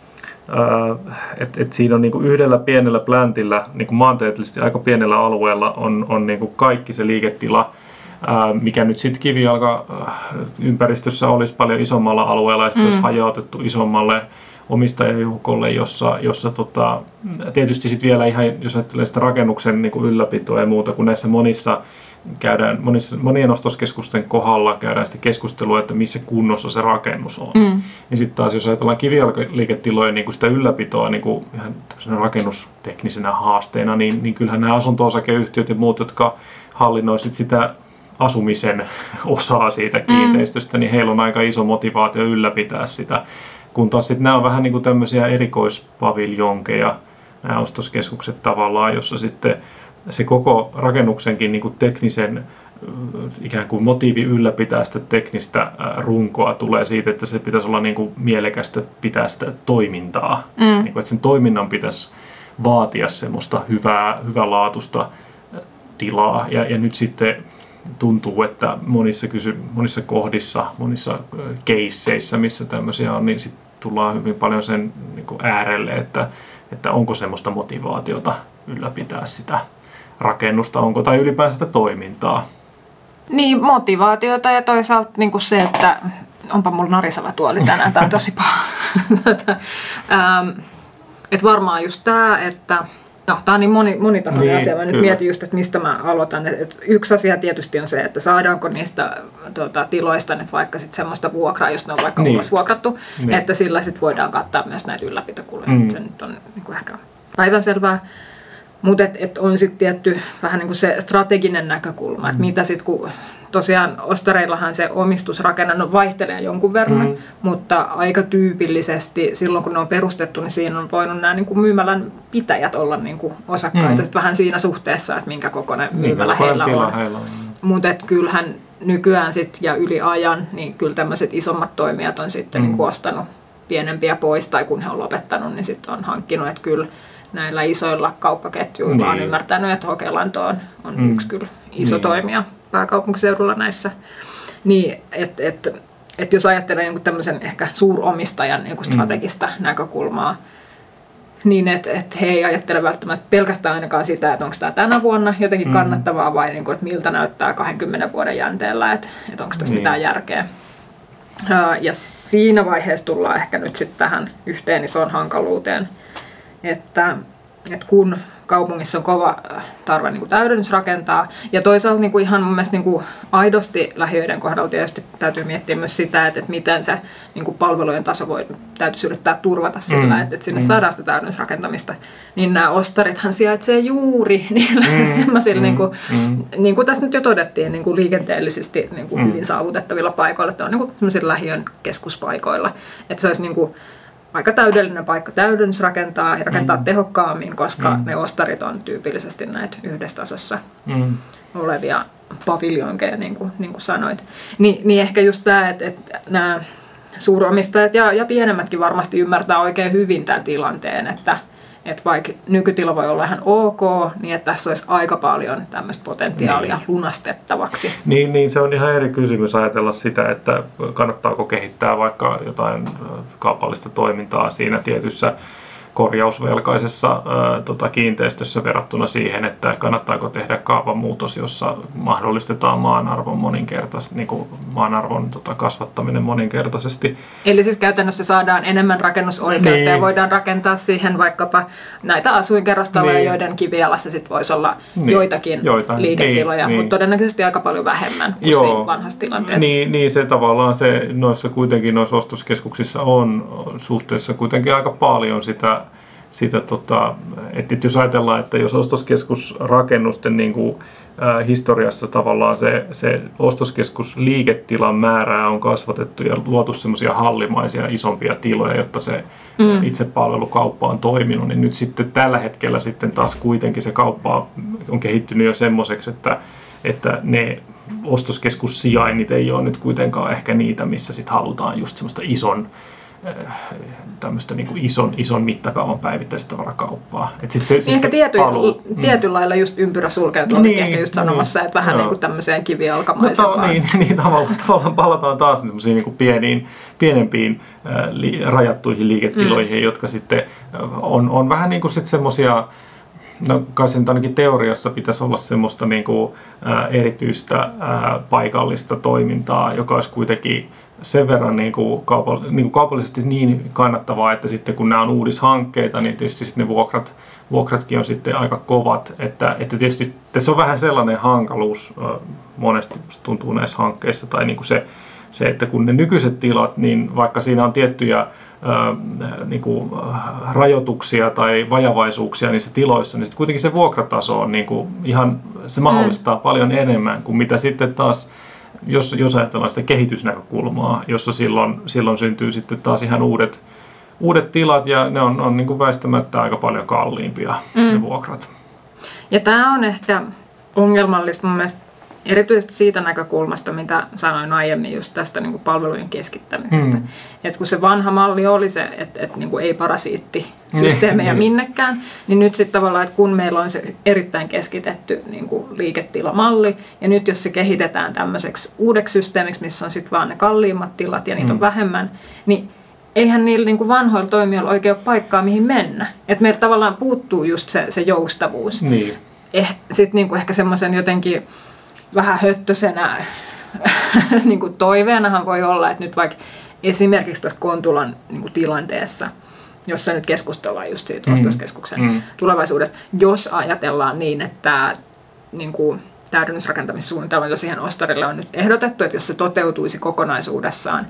[SPEAKER 5] että siinä on niinku yhdellä pienellä pläntillä, niinku maantieteellisesti aika pienellä alueella on niinku kaikki se liiketila, mikä nyt sitten kivijalkaympäristössä olisi paljon isommalla alueella ja sitten olisi hajautettu isommalle omistajajoukolle, jossa tietysti sitten vielä ihan, jos ajattelee sitä rakennuksen niin kuin ylläpitoa ja muuta, kun näissä monien ostoskeskusten kohdalla käydään sitten keskustelua, että missä kunnossa se rakennus on. Niin sitten taas, jos ajatellaan kivijalkaliiketilojen niin kuin sitä ylläpitoa niin kuin ihan rakennusteknisenä haasteena, niin kyllähän nämä asunto-osakeyhtiöt ja muut, jotka hallinnoisivat sitä asumisen osaa siitä kiinteistöstä, niin heillä on aika iso motivaatio ylläpitää sitä. Kun taas sitten nämä on vähän niin kuin tämmöisiä erikoispaviljonkeja, nämä ostoskeskukset tavallaan, jossa sitten se koko rakennuksenkin niin kuin teknisen ikään kuin motiivi ylläpitää sitä teknistä runkoa tulee siitä, että se pitäisi olla niin kuin mielekästä pitää sitä toimintaa. Niin kuin, että sen toiminnan pitäisi vaatia semmoista hyvälaatuista tilaa. Ja nyt sitten tuntuu, että monissa kohdissa, monissa keisseissä, missä tämmöisiä on, niin sitten tullaan hyvin paljon sen niin kuin äärelle, että onko semmoista motivaatiota ylläpitää sitä rakennusta, onko tai ylipäänsä sitä toimintaa.
[SPEAKER 6] Niin, motivaatiota ja toisaalta niin kuin se, että onpa mulla narisava tuoli tänään, tämä on tosi paha. Että varmaan just tämä, että tämä on niin monitahoinen asia. Mä nyt mietin just, että mistä mä aloitan. Et yksi asia tietysti on se, että saadaanko niistä tiloista nyt vaikka sit semmoista vuokraa, jos ne on vaikka vuokrattu, että sillä sit voidaan kattaa myös näitä ylläpitokuluja. Se nyt on niin kuin ehkä päivänselvää. Mutta on sitten tietty vähän niin kuin se strateginen näkökulma, että mitä sitten kun tosiaan ostareillahan se omistusrakenne vaihtelee jonkun verran, mutta aika tyypillisesti silloin kun ne on perustettu, niin siinä on voinut nämä niin kuin myymälän pitäjät olla niin kuin osakkaita sit vähän siinä suhteessa, että minkä kokoinen myymälä heillä on. Mutta kyllähän nykyään sit, ja yli ajan, niin kyllä tämmöiset isommat toimijat on sitten niin kuin ostanut pienempiä pois, tai kun he on lopettanut, niin sitten on hankkinut, että kyllä näillä isoilla kauppaketjuilla on ymmärtänyt, että Hokelanto on yksi kyllä iso toimija pääkaupunkiseudulla näissä. Niin, että jos ajattelee jonkun tämmöisen ehkä suuromistajan jonkun strategista näkökulmaa, niin että he ei ajattele välttämättä pelkästään ainakaan sitä, että onko tämä tänä vuonna jotenkin kannattavaa vai niin kuin, että miltä näyttää 20 vuoden jänteellä, että onko tässä mitään järkeä. Ja siinä vaiheessa tullaan ehkä nyt sitten tähän yhteen isoon hankaluuteen, että kun kaupungissa on kova tarve niin kuin täydennysrakentaa, ja toisaalta niin kuin ihan mun mielestä niin kuin aidosti lähiöiden kohdalla tietysti täytyy miettiä myös sitä, että miten se niin kuin palvelujen taso täytyisi yrittää turvata sillä, että sinne saadaan sitä täydennysrakentamista, niin nämä ostarithan sijaitsee juuri niillä semmoisilla, niin kuin tässä nyt jo todettiin, niin kuin liikenteellisesti niin kuin hyvin saavutettavilla paikoilla, että on niin kuin semmoisilla lähiön keskuspaikoilla, että se olisi niin kuin aika täydellinen paikka täydennysrakentaa ja rakentaa tehokkaammin, koska ne ostarit on tyypillisesti näitä yhdessä tasossa olevia paviljonkeja, niin kuin sanoit. Niin ehkä just tämä, että nämä suuromistajat ja pienemmätkin varmasti ymmärtää oikein hyvin tämän tilanteen, että että vaikka nykytila voi olla ihan ok, niin että tässä olisi aika paljon tämmöistä potentiaalia lunastettavaksi.
[SPEAKER 5] Niin, se on ihan eri kysymys ajatella sitä, että kannattaako kehittää vaikka jotain kaupallista toimintaa siinä tietyssä korjausvelkaisessa kiinteistössä verrattuna siihen, että kannattaako tehdä kaavanmuutos, jossa mahdollistetaan maan arvon kasvattaminen moninkertaisesti.
[SPEAKER 6] Eli siis käytännössä saadaan enemmän rakennusoikeutta ja voidaan rakentaa siihen vaikkapa näitä asuinkerrostaloja, joiden kivialassa sit voisi olla joitakin liiketiloja, mutta todennäköisesti aika paljon vähemmän kuin siinä vanhassa tilanteessa.
[SPEAKER 5] Niin se tavallaan noissa ostoskeskuksissa on suhteessa kuitenkin aika paljon sitä että jos ajatellaan, että jos ostoskeskusrakennusten niin kuin, historiassa tavallaan se ostoskeskusliiketilan määrää on kasvatettu ja luotu semmoisia hallimaisia isompia tiloja, jotta se itsepalvelukauppa on toiminut, niin nyt sitten tällä hetkellä sitten taas kuitenkin se kauppa on kehittynyt jo semmoiseksi, että ne ostoskeskussijainnit ei ole nyt kuitenkaan ehkä niitä, missä sitten halutaan just semmoista tämmöistä niin kuin ison mittakaavan päivittäistä tavarakauppaa.
[SPEAKER 6] Ehkä tietyllä lailla just ympyrä sulkeutuu, ehkä just sanomassa, että vähän niin kuin tämmöiseen kivijalkamaisempaan.
[SPEAKER 5] Niin tavallaan palataan taas semmoisiin niin kuin pienempiin rajattuihin liiketiloihin, jotka sitten on vähän niin kuin sitten semmoisia, no kai se nyt ainakin teoriassa pitäisi olla semmoista niin kuin, erityistä paikallista toimintaa, joka olisi kuitenkin sen verran niin kuin kaupallisesti niin kannattavaa, että sitten kun nämä on uudishankkeita, niin tietysti sitten ne vuokratkin on sitten aika kovat. Että tietysti tässä on vähän sellainen hankaluus monesti tuntuu näissä hankkeissa, tai niin kuin se, että kun ne nykyiset tilat, niin vaikka siinä on tiettyjä niin kuin rajoituksia tai vajavaisuuksia niissä tiloissa, niin sitten kuitenkin se vuokrataso on niin kuin ihan, se mahdollistaa paljon enemmän kuin mitä sitten taas, jos ajatellaan sitä kehitysnäkökulmaa, jossa silloin syntyy sitten taas ihan uudet tilat ja ne on niin kuin väistämättä aika paljon kalliimpia ne vuokrat.
[SPEAKER 6] Ja tämä on ehkä ongelmallista mun mielestä erityisesti siitä näkökulmasta, mitä sanoin aiemmin just tästä niin kuin palvelujen keskittämisestä. Että kun se vanha malli oli se, että niin kuin ei parasiittisysteemejä minnekään, niin nyt sitten tavallaan, että kun meillä on se erittäin keskitetty niin kuin liiketilamalli, ja nyt jos se kehitetään tämmöiseksi uudeksi systeemiksi, missä on sitten vaan ne kalliimmat tilat ja niitä on vähemmän, niin eihän niillä niin kuin vanhoilla toimijoilla oikein ole paikkaa, mihin mennä. Että meiltä tavallaan puuttuu just se joustavuus.
[SPEAKER 5] Niin.
[SPEAKER 6] Sitten niin kuin ehkä semmoisen jotenkin vähän höttösenä niin kuin toiveenahan voi olla, että nyt vaikka esimerkiksi tässä Kontulan niin kuin tilanteessa, jossa nyt keskustellaan just siitä ostoskeskuksen tulevaisuudesta, jos ajatellaan niin, että niin kuin täydennysrakentamissuunnitelma, jos siihen ostarille on nyt ehdotettu, että jos se toteutuisi kokonaisuudessaan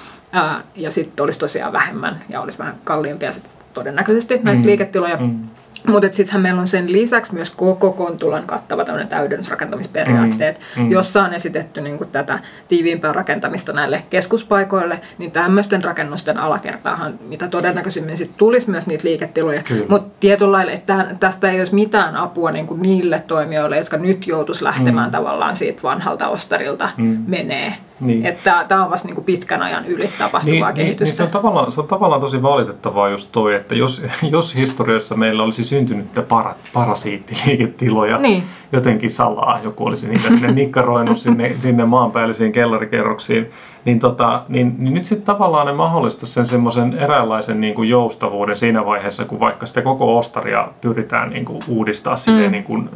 [SPEAKER 6] ja sitten olisi tosiaan vähemmän ja olisi vähän kalliimpia sit todennäköisesti näitä liiketiloja, mutta sittenhän meillä on sen lisäksi myös koko Kontulan kattava tämmöinen täydennysrakentamisperiaatteet, jossa on esitetty niin kuin tätä tiiviimpää rakentamista näille keskuspaikoille, niin tämmöisten rakennusten alakertaahan, mitä todennäköisimmin sitten tulisi myös niitä liiketiloja, mutta tietyllä lailla, että tästä ei olisi mitään apua niin kuin niille toimijoille, jotka nyt joutuisi lähtemään tavallaan siitä vanhalta ostarilta menee.
[SPEAKER 5] Niin.
[SPEAKER 6] Että tämä on vasta niin kuin pitkän ajan yli tapahtuvaa kehitystä.
[SPEAKER 5] Niin se on tavallaan tosi valitettavaa just toi, että jos historiassa meillä olisi syntynyt parasiittiliiketiloja jotenkin salaa, joku olisi niitä nikkaroinut sinne maanpäällisiin kellarikerroksiin, niin nyt sitten tavallaan ne mahdollistaisi sen semmoisen eräänlaisen niin kuin joustavuuden siinä vaiheessa, kun vaikka sitä koko ostaria pyritään niin kuin uudistaa niin kuin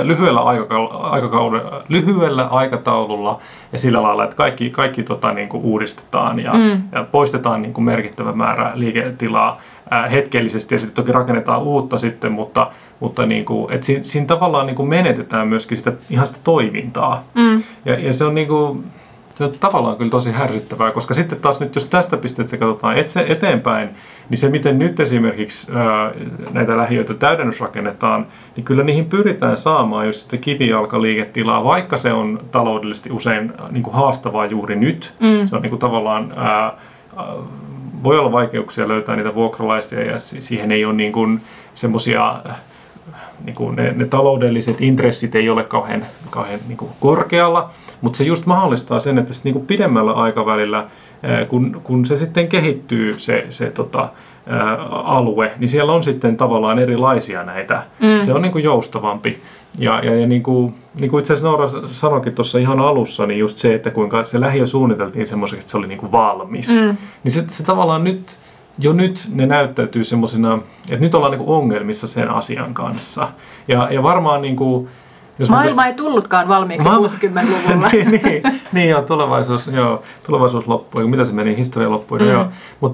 [SPEAKER 5] lyhyellä aikataululla ja sillä lailla, että kaikki niin kuin uudistetaan ja poistetaan niin kuin merkittävä määrä liiketilaa hetkellisesti ja sitten toki rakennetaan uutta sitten, mutta niin kuin, että siinä tavallaan niin kuin menetetään myöskin ihan sitä toimintaa. Ja se on niin kuin, se on tavallaan kyllä tosi härsyttävää, koska sitten taas nyt, jos tästä pisteestä katsotaan eteenpäin, niin se miten nyt esimerkiksi näitä lähiöitä täydennysrakennetaan, niin kyllä niihin pyritään saamaan just sitä kivijalkaliiketilaa, vaikka se on taloudellisesti usein niin kuin haastavaa juuri nyt. Se on niin kuin tavallaan, voi olla vaikeuksia löytää niitä vuokralaisia ja siihen ei ole niin kuin semmoisia, niin kuin ne taloudelliset intressit ei ole kauhean niin kuin korkealla. Mutta se just mahdollistaa sen, että niin kuin pidemmällä aikavälillä kun se sitten kehittyy se alue, niin siellä on sitten tavallaan erilaisia näitä. Se on niin kuin joustavampi. Ja niin kuin itse asiassa Noora sanoikin tuossa ihan alussa, niin just se, että kuinka se lähiö suunniteltiin semmoiseksi, että se oli niin kuin valmis. Niin se tavallaan nyt ne näyttäytyy semmoisina, että nyt ollaan niin kuin ongelmissa sen asian kanssa. Ja varmaan niin kuin,
[SPEAKER 6] maailma ei tullutkaan valmiiksi 60-luvulla.
[SPEAKER 5] niin joo, tulevaisuus loppui. Mitä se meni? Historia loppui. Joo.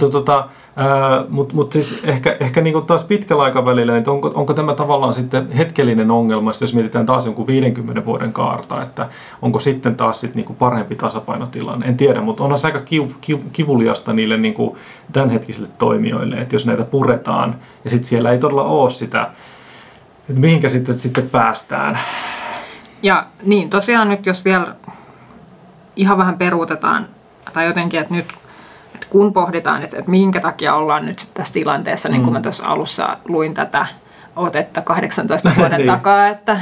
[SPEAKER 5] Mutta siis ehkä niin kuin taas pitkällä aikavälillä, niin onko tämä tavallaan sitten hetkellinen ongelma, jos mietitään taas jonkun 50 vuoden kaarta, että onko sitten taas niin kuin parempi tasapainotilanne. En tiedä, mutta onhan se aika kivuliasta niille niin kuin tämänhetkisille toimijoille, että jos näitä puretaan ja sitten siellä ei todella ole sitä, että mihinkä sitten päästään.
[SPEAKER 6] Ja niin, tosiaan nyt jos vielä ihan vähän peruutetaan, tai jotenkin, että nyt että kun pohditaan, että minkä takia ollaan nyt sitten tässä tilanteessa, niin kuin mä tuossa alussa luin tätä otetta 18 vuoden takaa, että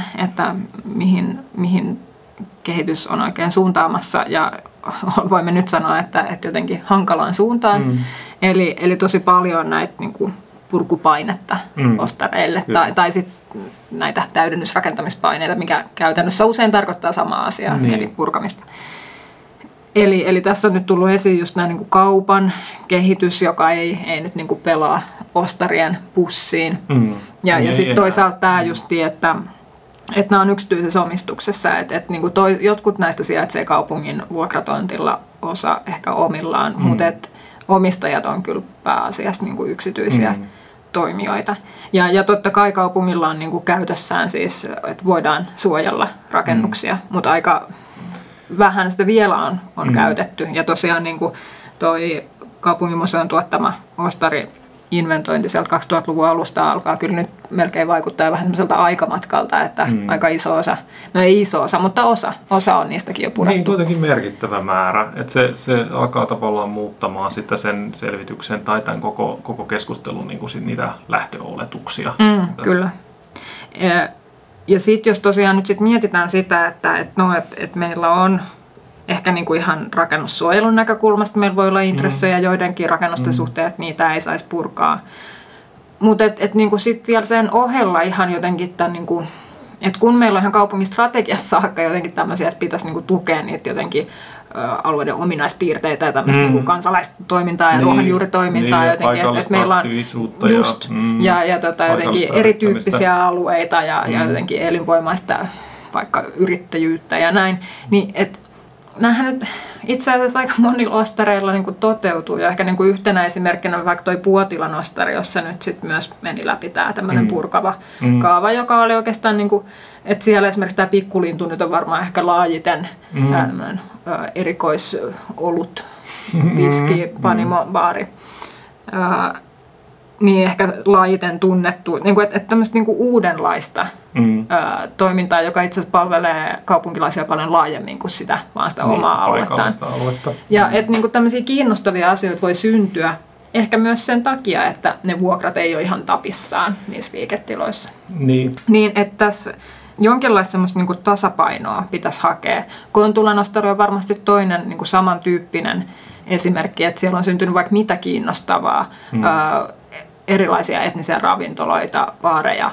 [SPEAKER 6] mihin kehitys on oikein suuntaamassa, ja voimme nyt sanoa, että jotenkin hankalaan suuntaan. Eli tosi paljon näitä niin kuin purkupainetta ostareille tai sitten näitä täydennysrakentamispaineita, mikä käytännössä usein tarkoittaa samaa asiaa, eli purkamista. Eli tässä on nyt tullut esiin just nämä niin kuin kaupan kehitys, joka ei nyt niin kuin pelaa ostarien pussiin. Ja sitten toisaalta tämä justi, että nämä on yksityisessä omistuksessa, että niin kuin jotkut näistä sijaitsee kaupungin vuokratontilla, osa ehkä omillaan, mutta omistajat on kyllä pääasiassa niin kuin yksityisiä toimijoita. Ja totta kai kaupungilla on niin kuin käytössään siis, että voidaan suojella rakennuksia, mutta aika vähän sitä vielä on käytetty. Ja tosiaan niin kuin toi kaupunginmuseon tuottama ostari-inventointi sieltä 2000-luvun alusta alkaa kyllä nyt melkein vaikuttaa vähän semmoiselta aikamatkalta, että aika iso osa, no ei iso osa, mutta osa on niistäkin jo purettu.
[SPEAKER 5] Niin, kuitenkin merkittävä määrä, että se alkaa tavallaan muuttamaan sitten sen selvityksen tai tämän koko keskustelun niin kuin niitä lähtöoletuksia.
[SPEAKER 6] Kyllä. Ja sitten jos tosiaan nyt sit mietitään sitä, että meillä on ehkä niinku ihan rakennussuojelun näkökulmasta, meillä voi olla intressejä joidenkin rakennusten suhteen, että niitä ei saisi purkaa. Mutta niinku sitten vielä sen ohella ihan jotenkin tämän, niinku, että kun meillä on ihan kaupungistrategiassa saakka jotenkin tämmöisiä, että pitäisi niinku tukea niitä jotenkin alueiden ominaispiirteitä ja tämmöistä niinku kansalaistoimintaa ja ruohonjuuritoimintaa jotenkin, että meillä on just jotenkin erityyppisiä alueita ja jotenkin elinvoimaista vaikka yrittäjyyttä ja näin, niin että näähän nyt itse asiassa aika monilla ostareilla niin kuin toteutuu ja ehkä niin kuin yhtenä esimerkkinä vaikka toi Puotilan ostari, jossa nyt sitten myös meni läpi tämä tämmöinen purkava kaava, joka oli oikeastaan niin kuin, että siellä esimerkiksi tämä Pikkulintu nyt on varmaan ehkä laajiten erikoisolut, viski, panimobaari. Niin ehkä laajiten tunnettu, niin kuin, että tämmöistä niin kuin uudenlaista toimintaa, joka itse asiassa palvelee kaupunkilaisia paljon laajemmin kuin sitä, vaan sitä omaa aluettaan. Ja että niin kuin tämmöisiä kiinnostavia asioita voi syntyä ehkä myös sen takia, että ne vuokrat ei ole ihan tapissaan niissä liiketiloissa. Niin että tässä jonkinlaista semmoista niin kuin tasapainoa pitäisi hakea. Kontulan ostari on varmasti toinen niin kuin samantyyppinen esimerkki, että siellä on syntynyt vaikka mitä kiinnostavaa, erilaisia etnisiä ravintoloita, baareja.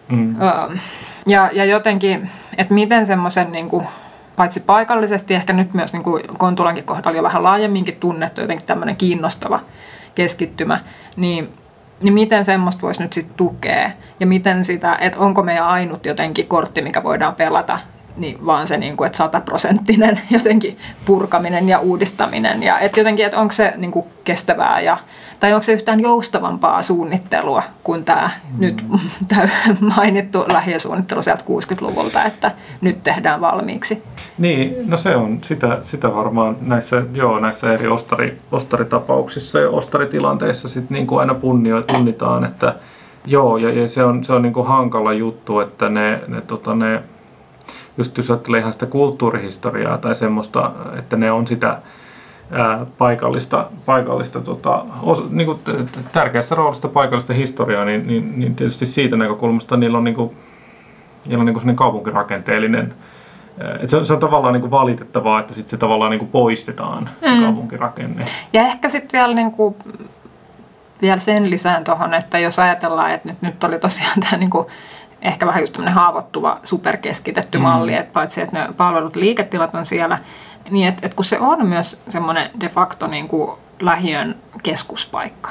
[SPEAKER 6] Ja jotenkin, että miten semmoisen niin kuin, paitsi paikallisesti, ehkä nyt myös niin kuin Kontulankin kohdalla jo vähän laajemminkin tunnettu jotenkin tämmöinen kiinnostava keskittymä, niin miten semmoista voisi nyt sitten tukea ja miten sitä, että onko meidän ainut jotenkin kortti, mikä voidaan pelata, niin vaan se, niin kuin, että 100% jotenkin purkaminen ja uudistaminen ja että jotenkin, että onko se niin kuin kestävää tai onko se yhtään joustavampaa suunnittelua kuin tämä nyt mainittu lähiösuunnittelu sieltä 60-luvulta, että nyt tehdään valmiiksi?
[SPEAKER 5] Niin, no se on sitä varmaan näissä eri ostaritapauksissa ja ostaritilanteissa sit niin kuin aina punnitaan, että joo, ja se on niin kuin hankala juttu, että ne just jos ajattelee ihan sitä kulttuurihistoriaa tai semmoista, että ne on sitä paikallista niin kuin tärkeässä roolissa paikallista historiaa, niin tietysti siitä näkökulmasta niillä on sellainen kaupunkirakenteellinen se on tavallaan niin kuin valitettavaa, että sitten se tavallaan niin kuin poistetaan se kaupunkirakenne.
[SPEAKER 6] Ja ehkä sitten vielä, niin kuin, vielä sen lisään tuohon, että jos ajatellaan, että nyt oli tosiaan tämä niin kuin, ehkä vähän just tämmöinen haavoittuva superkeskitetty malli, että paitsi että ne palvelut liiketilat on siellä, niin että kun se on myös semmoinen de facto niin kuin lähiön keskuspaikka.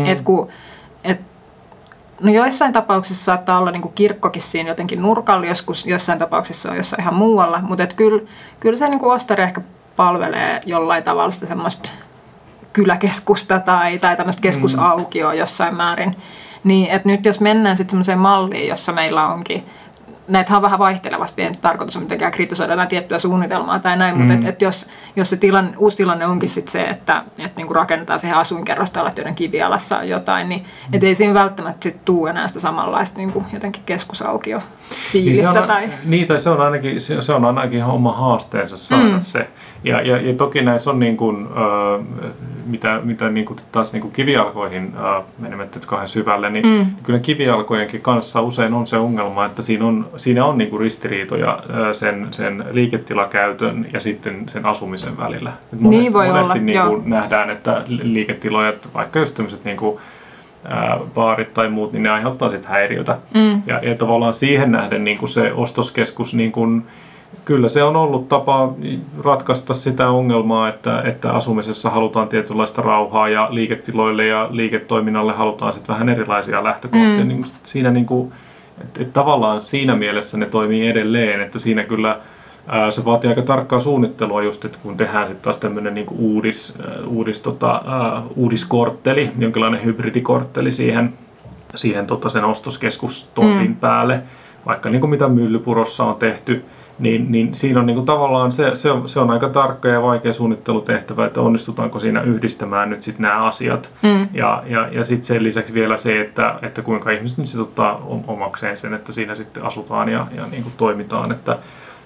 [SPEAKER 6] No joissain tapauksissa saattaa olla niin kuin kirkkokin siinä jotenkin nurkalla, jossain tapauksissa on jossain ihan muualla, mutta kyllä se niin kuin Ostari ehkä palvelee jollain tavalla sitä semmoista kyläkeskusta tai tämmöistä keskusaukioa jossain määrin. Niin, että nyt jos mennään sitten semmoiseen malliin, jossa meillä onkin, näitä on vähän vaihtelevasti, en tarkoitus mitenkään kritisoida jotain tiettyä suunnitelmaa tai näin, mutta et jos se uusi tilanne onkin sitten se, että niinku rakennetaan siihen asuinkerrostalolle, joiden kivialassa on jotain, niin et ei siinä välttämättä sitten tule enää sitä samanlaista niinku jotenkin keskusaukio fiilistä.
[SPEAKER 5] Niin, se on ainakin oma haasteensa saada se. Ja toki näissä on niin kuin, mitä niin kuin taas niin kuin kivijalkoihin menemättä kauhean syvälle, niin kyllä kivijalkojenkin kanssa usein on se ongelma, että siinä on niin kuin ristiriitoja sen liiketilakäytön ja sitten sen asumisen välillä. Monesti niin kuin nähdään, että liiketiloja, vaikka just tämmöiset niin kuin baarit tai muut, niin ne aiheuttaa sitten häiriötä. Ja tavallaan siihen nähden niin kuin se ostoskeskus, niin kuin, kyllä se on ollut tapa ratkaista sitä ongelmaa, että asumisessa halutaan tietynlaista rauhaa ja liiketiloille ja liiketoiminnalle halutaan sitten vähän erilaisia lähtökohtia. Niin siinä niin kuin, että tavallaan siinä mielessä ne toimii edelleen, että siinä kyllä se vaatii aika tarkkaa suunnittelua just, että kun tehdään sitten taas tämmöinen niin kuin uudiskortteli, jonkinlainen hybridikortteli siihen sen ostoskeskustontin päälle, vaikka niin kuin mitä Myllypurossa on tehty, niin siinä on niin kuin tavallaan se on aika tarkka ja vaikea suunnittelutehtävä, että onnistutaanko siinä yhdistämään nyt sitten nämä asiat. Ja sitten sen lisäksi vielä se, että kuinka ihmiset nyt sitten ottaa omakseen sen, että siinä sitten asutaan ja niin kuin toimitaan, että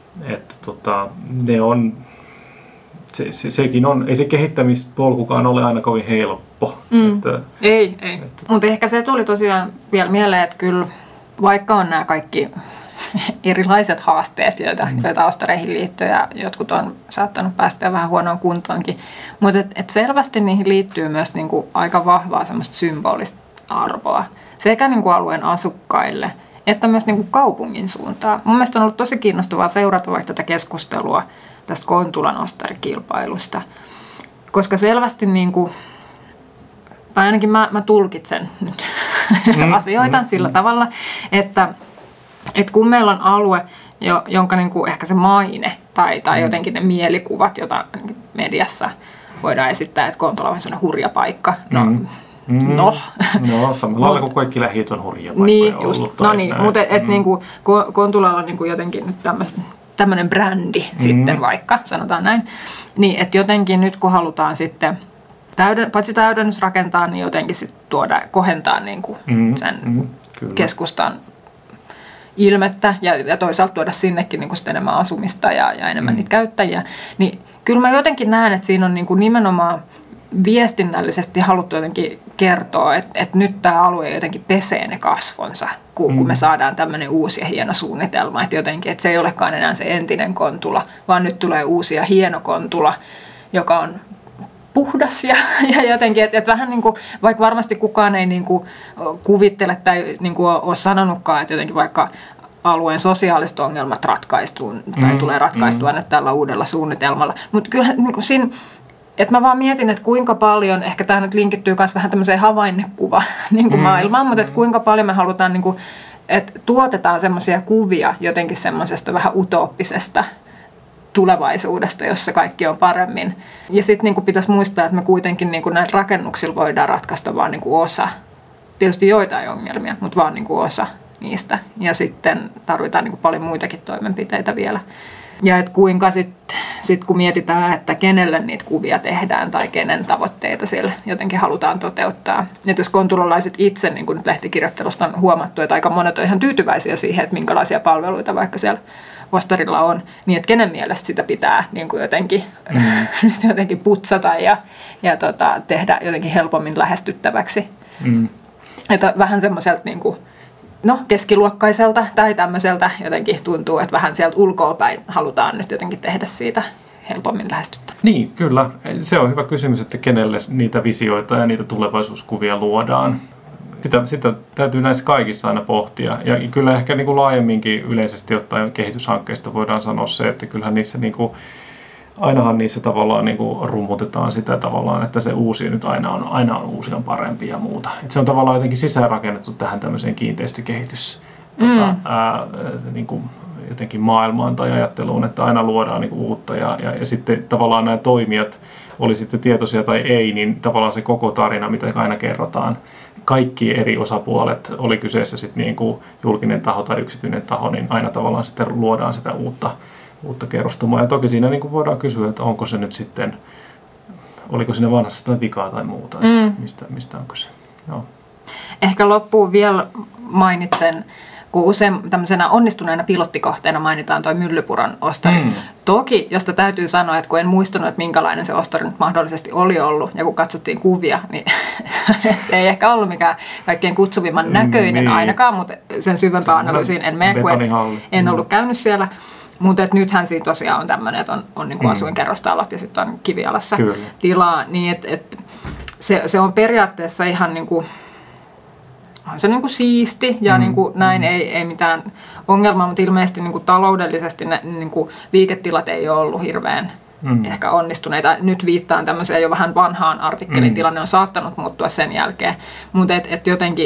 [SPEAKER 5] ne on, sekin on, ei se kehittämispolkukaan ole aina kovin helppo.
[SPEAKER 6] Ei. Mutta ehkä se tuli tosiaan vielä mieleen, että kyllä vaikka on nämä kaikki erilaiset haasteet, joita ostareihin liittyy ja jotkut on saattanut päästä vähän huonoon kuntoonkin, mutta et selvästi niihin liittyy myös niinku aika vahvaa semmoista symbolista arvoa sekä niinku alueen asukkaille että myös niin kuin kaupungin suuntaan. Mun mielestä on ollut tosi kiinnostavaa seurata vaikka tätä keskustelua tästä Kontulan ostarikilpailusta, koska selvästi, niin kuin, tai ainakin mä tulkitsen nyt asioita sillä tavalla, että kun meillä on alue, jonka niin kuin ehkä se maine tai jotenkin ne mielikuvat, joita mediassa voidaan esittää, että Kontula on sellainen hurja paikka, No,
[SPEAKER 5] samalla lailla kuin kaikki lähiöt on hurjia paikkoja
[SPEAKER 6] niin,
[SPEAKER 5] ollut.
[SPEAKER 6] No niin, mutta niinku, Kontulalla on niinku jotenkin nyt tämmöinen brändi sitten vaikka, sanotaan näin. Niin, että jotenkin nyt kun halutaan sitten paitsi täydennys rakentaa, niin jotenkin sitten kohentaa niinku sen keskustan ilmettä ja toisaalta tuoda sinnekin niinku sitten enemmän asumista ja enemmän niitä käyttäjiä. Niin kyllä mä jotenkin näen, että siinä on niinku nimenomaan viestinnällisesti haluttu jotenkin kertoa, että nyt tämä alue jotenkin pesee ne kasvonsa, kun me saadaan tämmöinen uusi ja hieno suunnitelma. Että jotenkin, että se ei olekaan enää se entinen Kontula, vaan nyt tulee uusi ja hieno Kontula, joka on puhdas ja jotenkin, että vähän niin kuin, vaikka varmasti kukaan ei niin kuin kuvittele tai niin kuin ole sanonutkaan, että jotenkin vaikka alueen sosiaaliset ongelmat ratkaistuu tai tulee ratkaistua nyt tällä uudella suunnitelmalla. Mutta kyllä niin kuin siinä, että mä vaan mietin, että kuinka paljon, ehkä tämä nyt linkittyy myös vähän tämmöiseen havainnekuva niin kuin maailmaan, mutta että kuinka paljon me halutaan, niin kuin, että tuotetaan semmoisia kuvia jotenkin semmoisesta vähän utooppisesta tulevaisuudesta, jossa kaikki on paremmin. Ja sitten niin kuin pitäisi muistaa, että me kuitenkin niin kuin näillä rakennuksilla voidaan ratkaista vaan niin kuin osa. Tietysti joitain ongelmia, mutta vaan niin kuin osa niistä. Ja sitten tarvitaan niin kuin paljon muitakin toimenpiteitä vielä. Ja että kuinka sitten kun mietitään, että kenelle niitä kuvia tehdään tai kenen tavoitteita siellä jotenkin halutaan toteuttaa. Että jos kontulalaiset itse, niin kuin nyt lehtikirjoittelusta on huomattu, että aika monet on ihan tyytyväisiä siihen, että minkälaisia palveluita vaikka siellä Ostarilla on, niin että kenen mielestä sitä pitää niin kuin jotenkin putsata ja tehdä jotenkin helpommin lähestyttäväksi. Että vähän semmoiselta niin kuin keskiluokkaiselta tai tämmöiseltä jotenkin tuntuu, että vähän sieltä ulkoapäin halutaan nyt jotenkin tehdä siitä helpommin lähestyttävää.
[SPEAKER 5] Niin, kyllä. Se on hyvä kysymys, että kenelle niitä visioita ja niitä tulevaisuuskuvia luodaan. Sitä täytyy näissä kaikissa aina pohtia. Ja kyllä ehkä niin kuin laajemminkin yleisesti ottaen kehityshankkeista voidaan sanoa se, että kyllähän niissä niin kuin, ainahan niissä tavallaan niin kuin rummutetaan sitä tavallaan, että se uusi nyt aina on uusi, on parempi ja muuta. Että se on tavallaan jotenkin sisäänrakennettu tähän tämmöiseen kiinteistökehitys niin kuin jotenkin maailmaan tai ajatteluun, että aina luodaan niin kuin uutta ja sitten tavallaan nämä toimijat, oli sitten tietoisia tai ei, niin tavallaan se koko tarina, mitä aina kerrotaan, kaikki eri osapuolet, oli kyseessä sitten niin kuin julkinen taho tai yksityinen taho, niin aina tavallaan sitten luodaan sitä uutta kerrostumaa. Ja toki siinä niin kuin voidaan kysyä, että onko se nyt sitten, oliko siinä vanhassa tai vikaa tai muuta, että mistä on kyse. Joo.
[SPEAKER 6] Ehkä loppuun vielä mainitsen, kun usein tämmöisenä onnistuneena pilottikohteena mainitaan toi Myllypuron ostari. Toki, josta täytyy sanoa, että kun en muistanut, että minkälainen se ostari nyt mahdollisesti oli ollut, ja kun katsottiin kuvia, niin se ei ehkä ollut mikään kaikkein kutsuvimman näköinen ainakaan, mutta sen syvempään analyysiin en mene, kun en ollut käynyt siellä. Mutta nythän siinä tosiaan on tämmöinen, että on niin kuin asuinkerrostalot ja sitten on kivialassa tilaa, niin että se on periaatteessa ihan niin kuin, on se niin kuin siisti ja niin kuin näin ei mitään ongelmaa, mutta ilmeisesti niin kuin taloudellisesti niin kuin liiketilat ei ole ollut hirveän ehkä onnistuneita. Nyt viittaan tämmöiseen jo vähän vanhaan artikkeliin, tilanne on saattanut muuttua sen jälkeen, mutta jotenkin,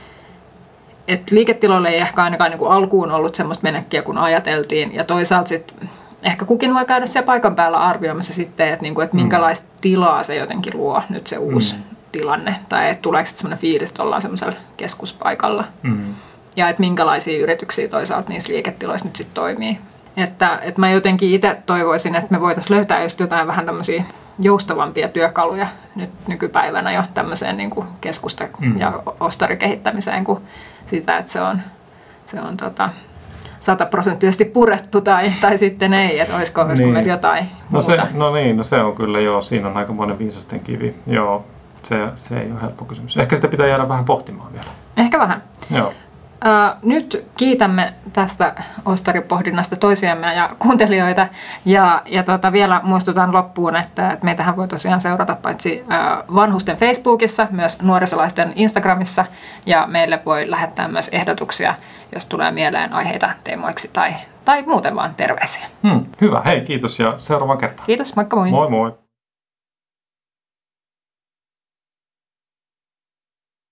[SPEAKER 6] että liiketiloille ei ehkä ainakaan niin kuin alkuun ollut semmoista menekkiä, kun ajateltiin, ja toisaalta sitten ehkä kukin voi käydä siellä paikan päällä arvioimassa sitten, että minkälaista tilaa se jotenkin luo nyt se uusi tilanne, tai että tuleeko semmoinen fiilis, että ollaan semmoisella keskuspaikalla, ja että minkälaisia yrityksiä toisaalta niissä liiketiloissa nyt sitten toimii. Että mä jotenkin itse toivoisin, että me voitaisiin löytää just jotain vähän tämmöisiä joustavampia työkaluja nyt nykypäivänä jo tämmöiseen niin kuin keskusta- ja ostarikehittämiseen kuin sitä, että se on 100% purettu tai sitten ei, että olisiko meillä jotain muuta.
[SPEAKER 5] Se on kyllä joo, siinä on aikamoinen viisasten kivi. Joo, se ei ole helppo kysymys. Ehkä sitä pitää jäädä vähän pohtimaan vielä.
[SPEAKER 6] Ehkä vähän.
[SPEAKER 5] Joo.
[SPEAKER 6] Nyt kiitämme tästä ostaripohdinnasta toisiamme ja kuuntelijoita ja vielä muistutan loppuun, että meitähän voi tosiaan seurata paitsi vanhusten Facebookissa, myös nuorisolaisten Instagramissa ja meille voi lähettää myös ehdotuksia, jos tulee mieleen aiheita teemoiksi tai muuten vaan terveisiä.
[SPEAKER 5] Hyvä, hei kiitos ja seuraavaan kertaan.
[SPEAKER 6] Kiitos, moikka moi.
[SPEAKER 5] Moi moi.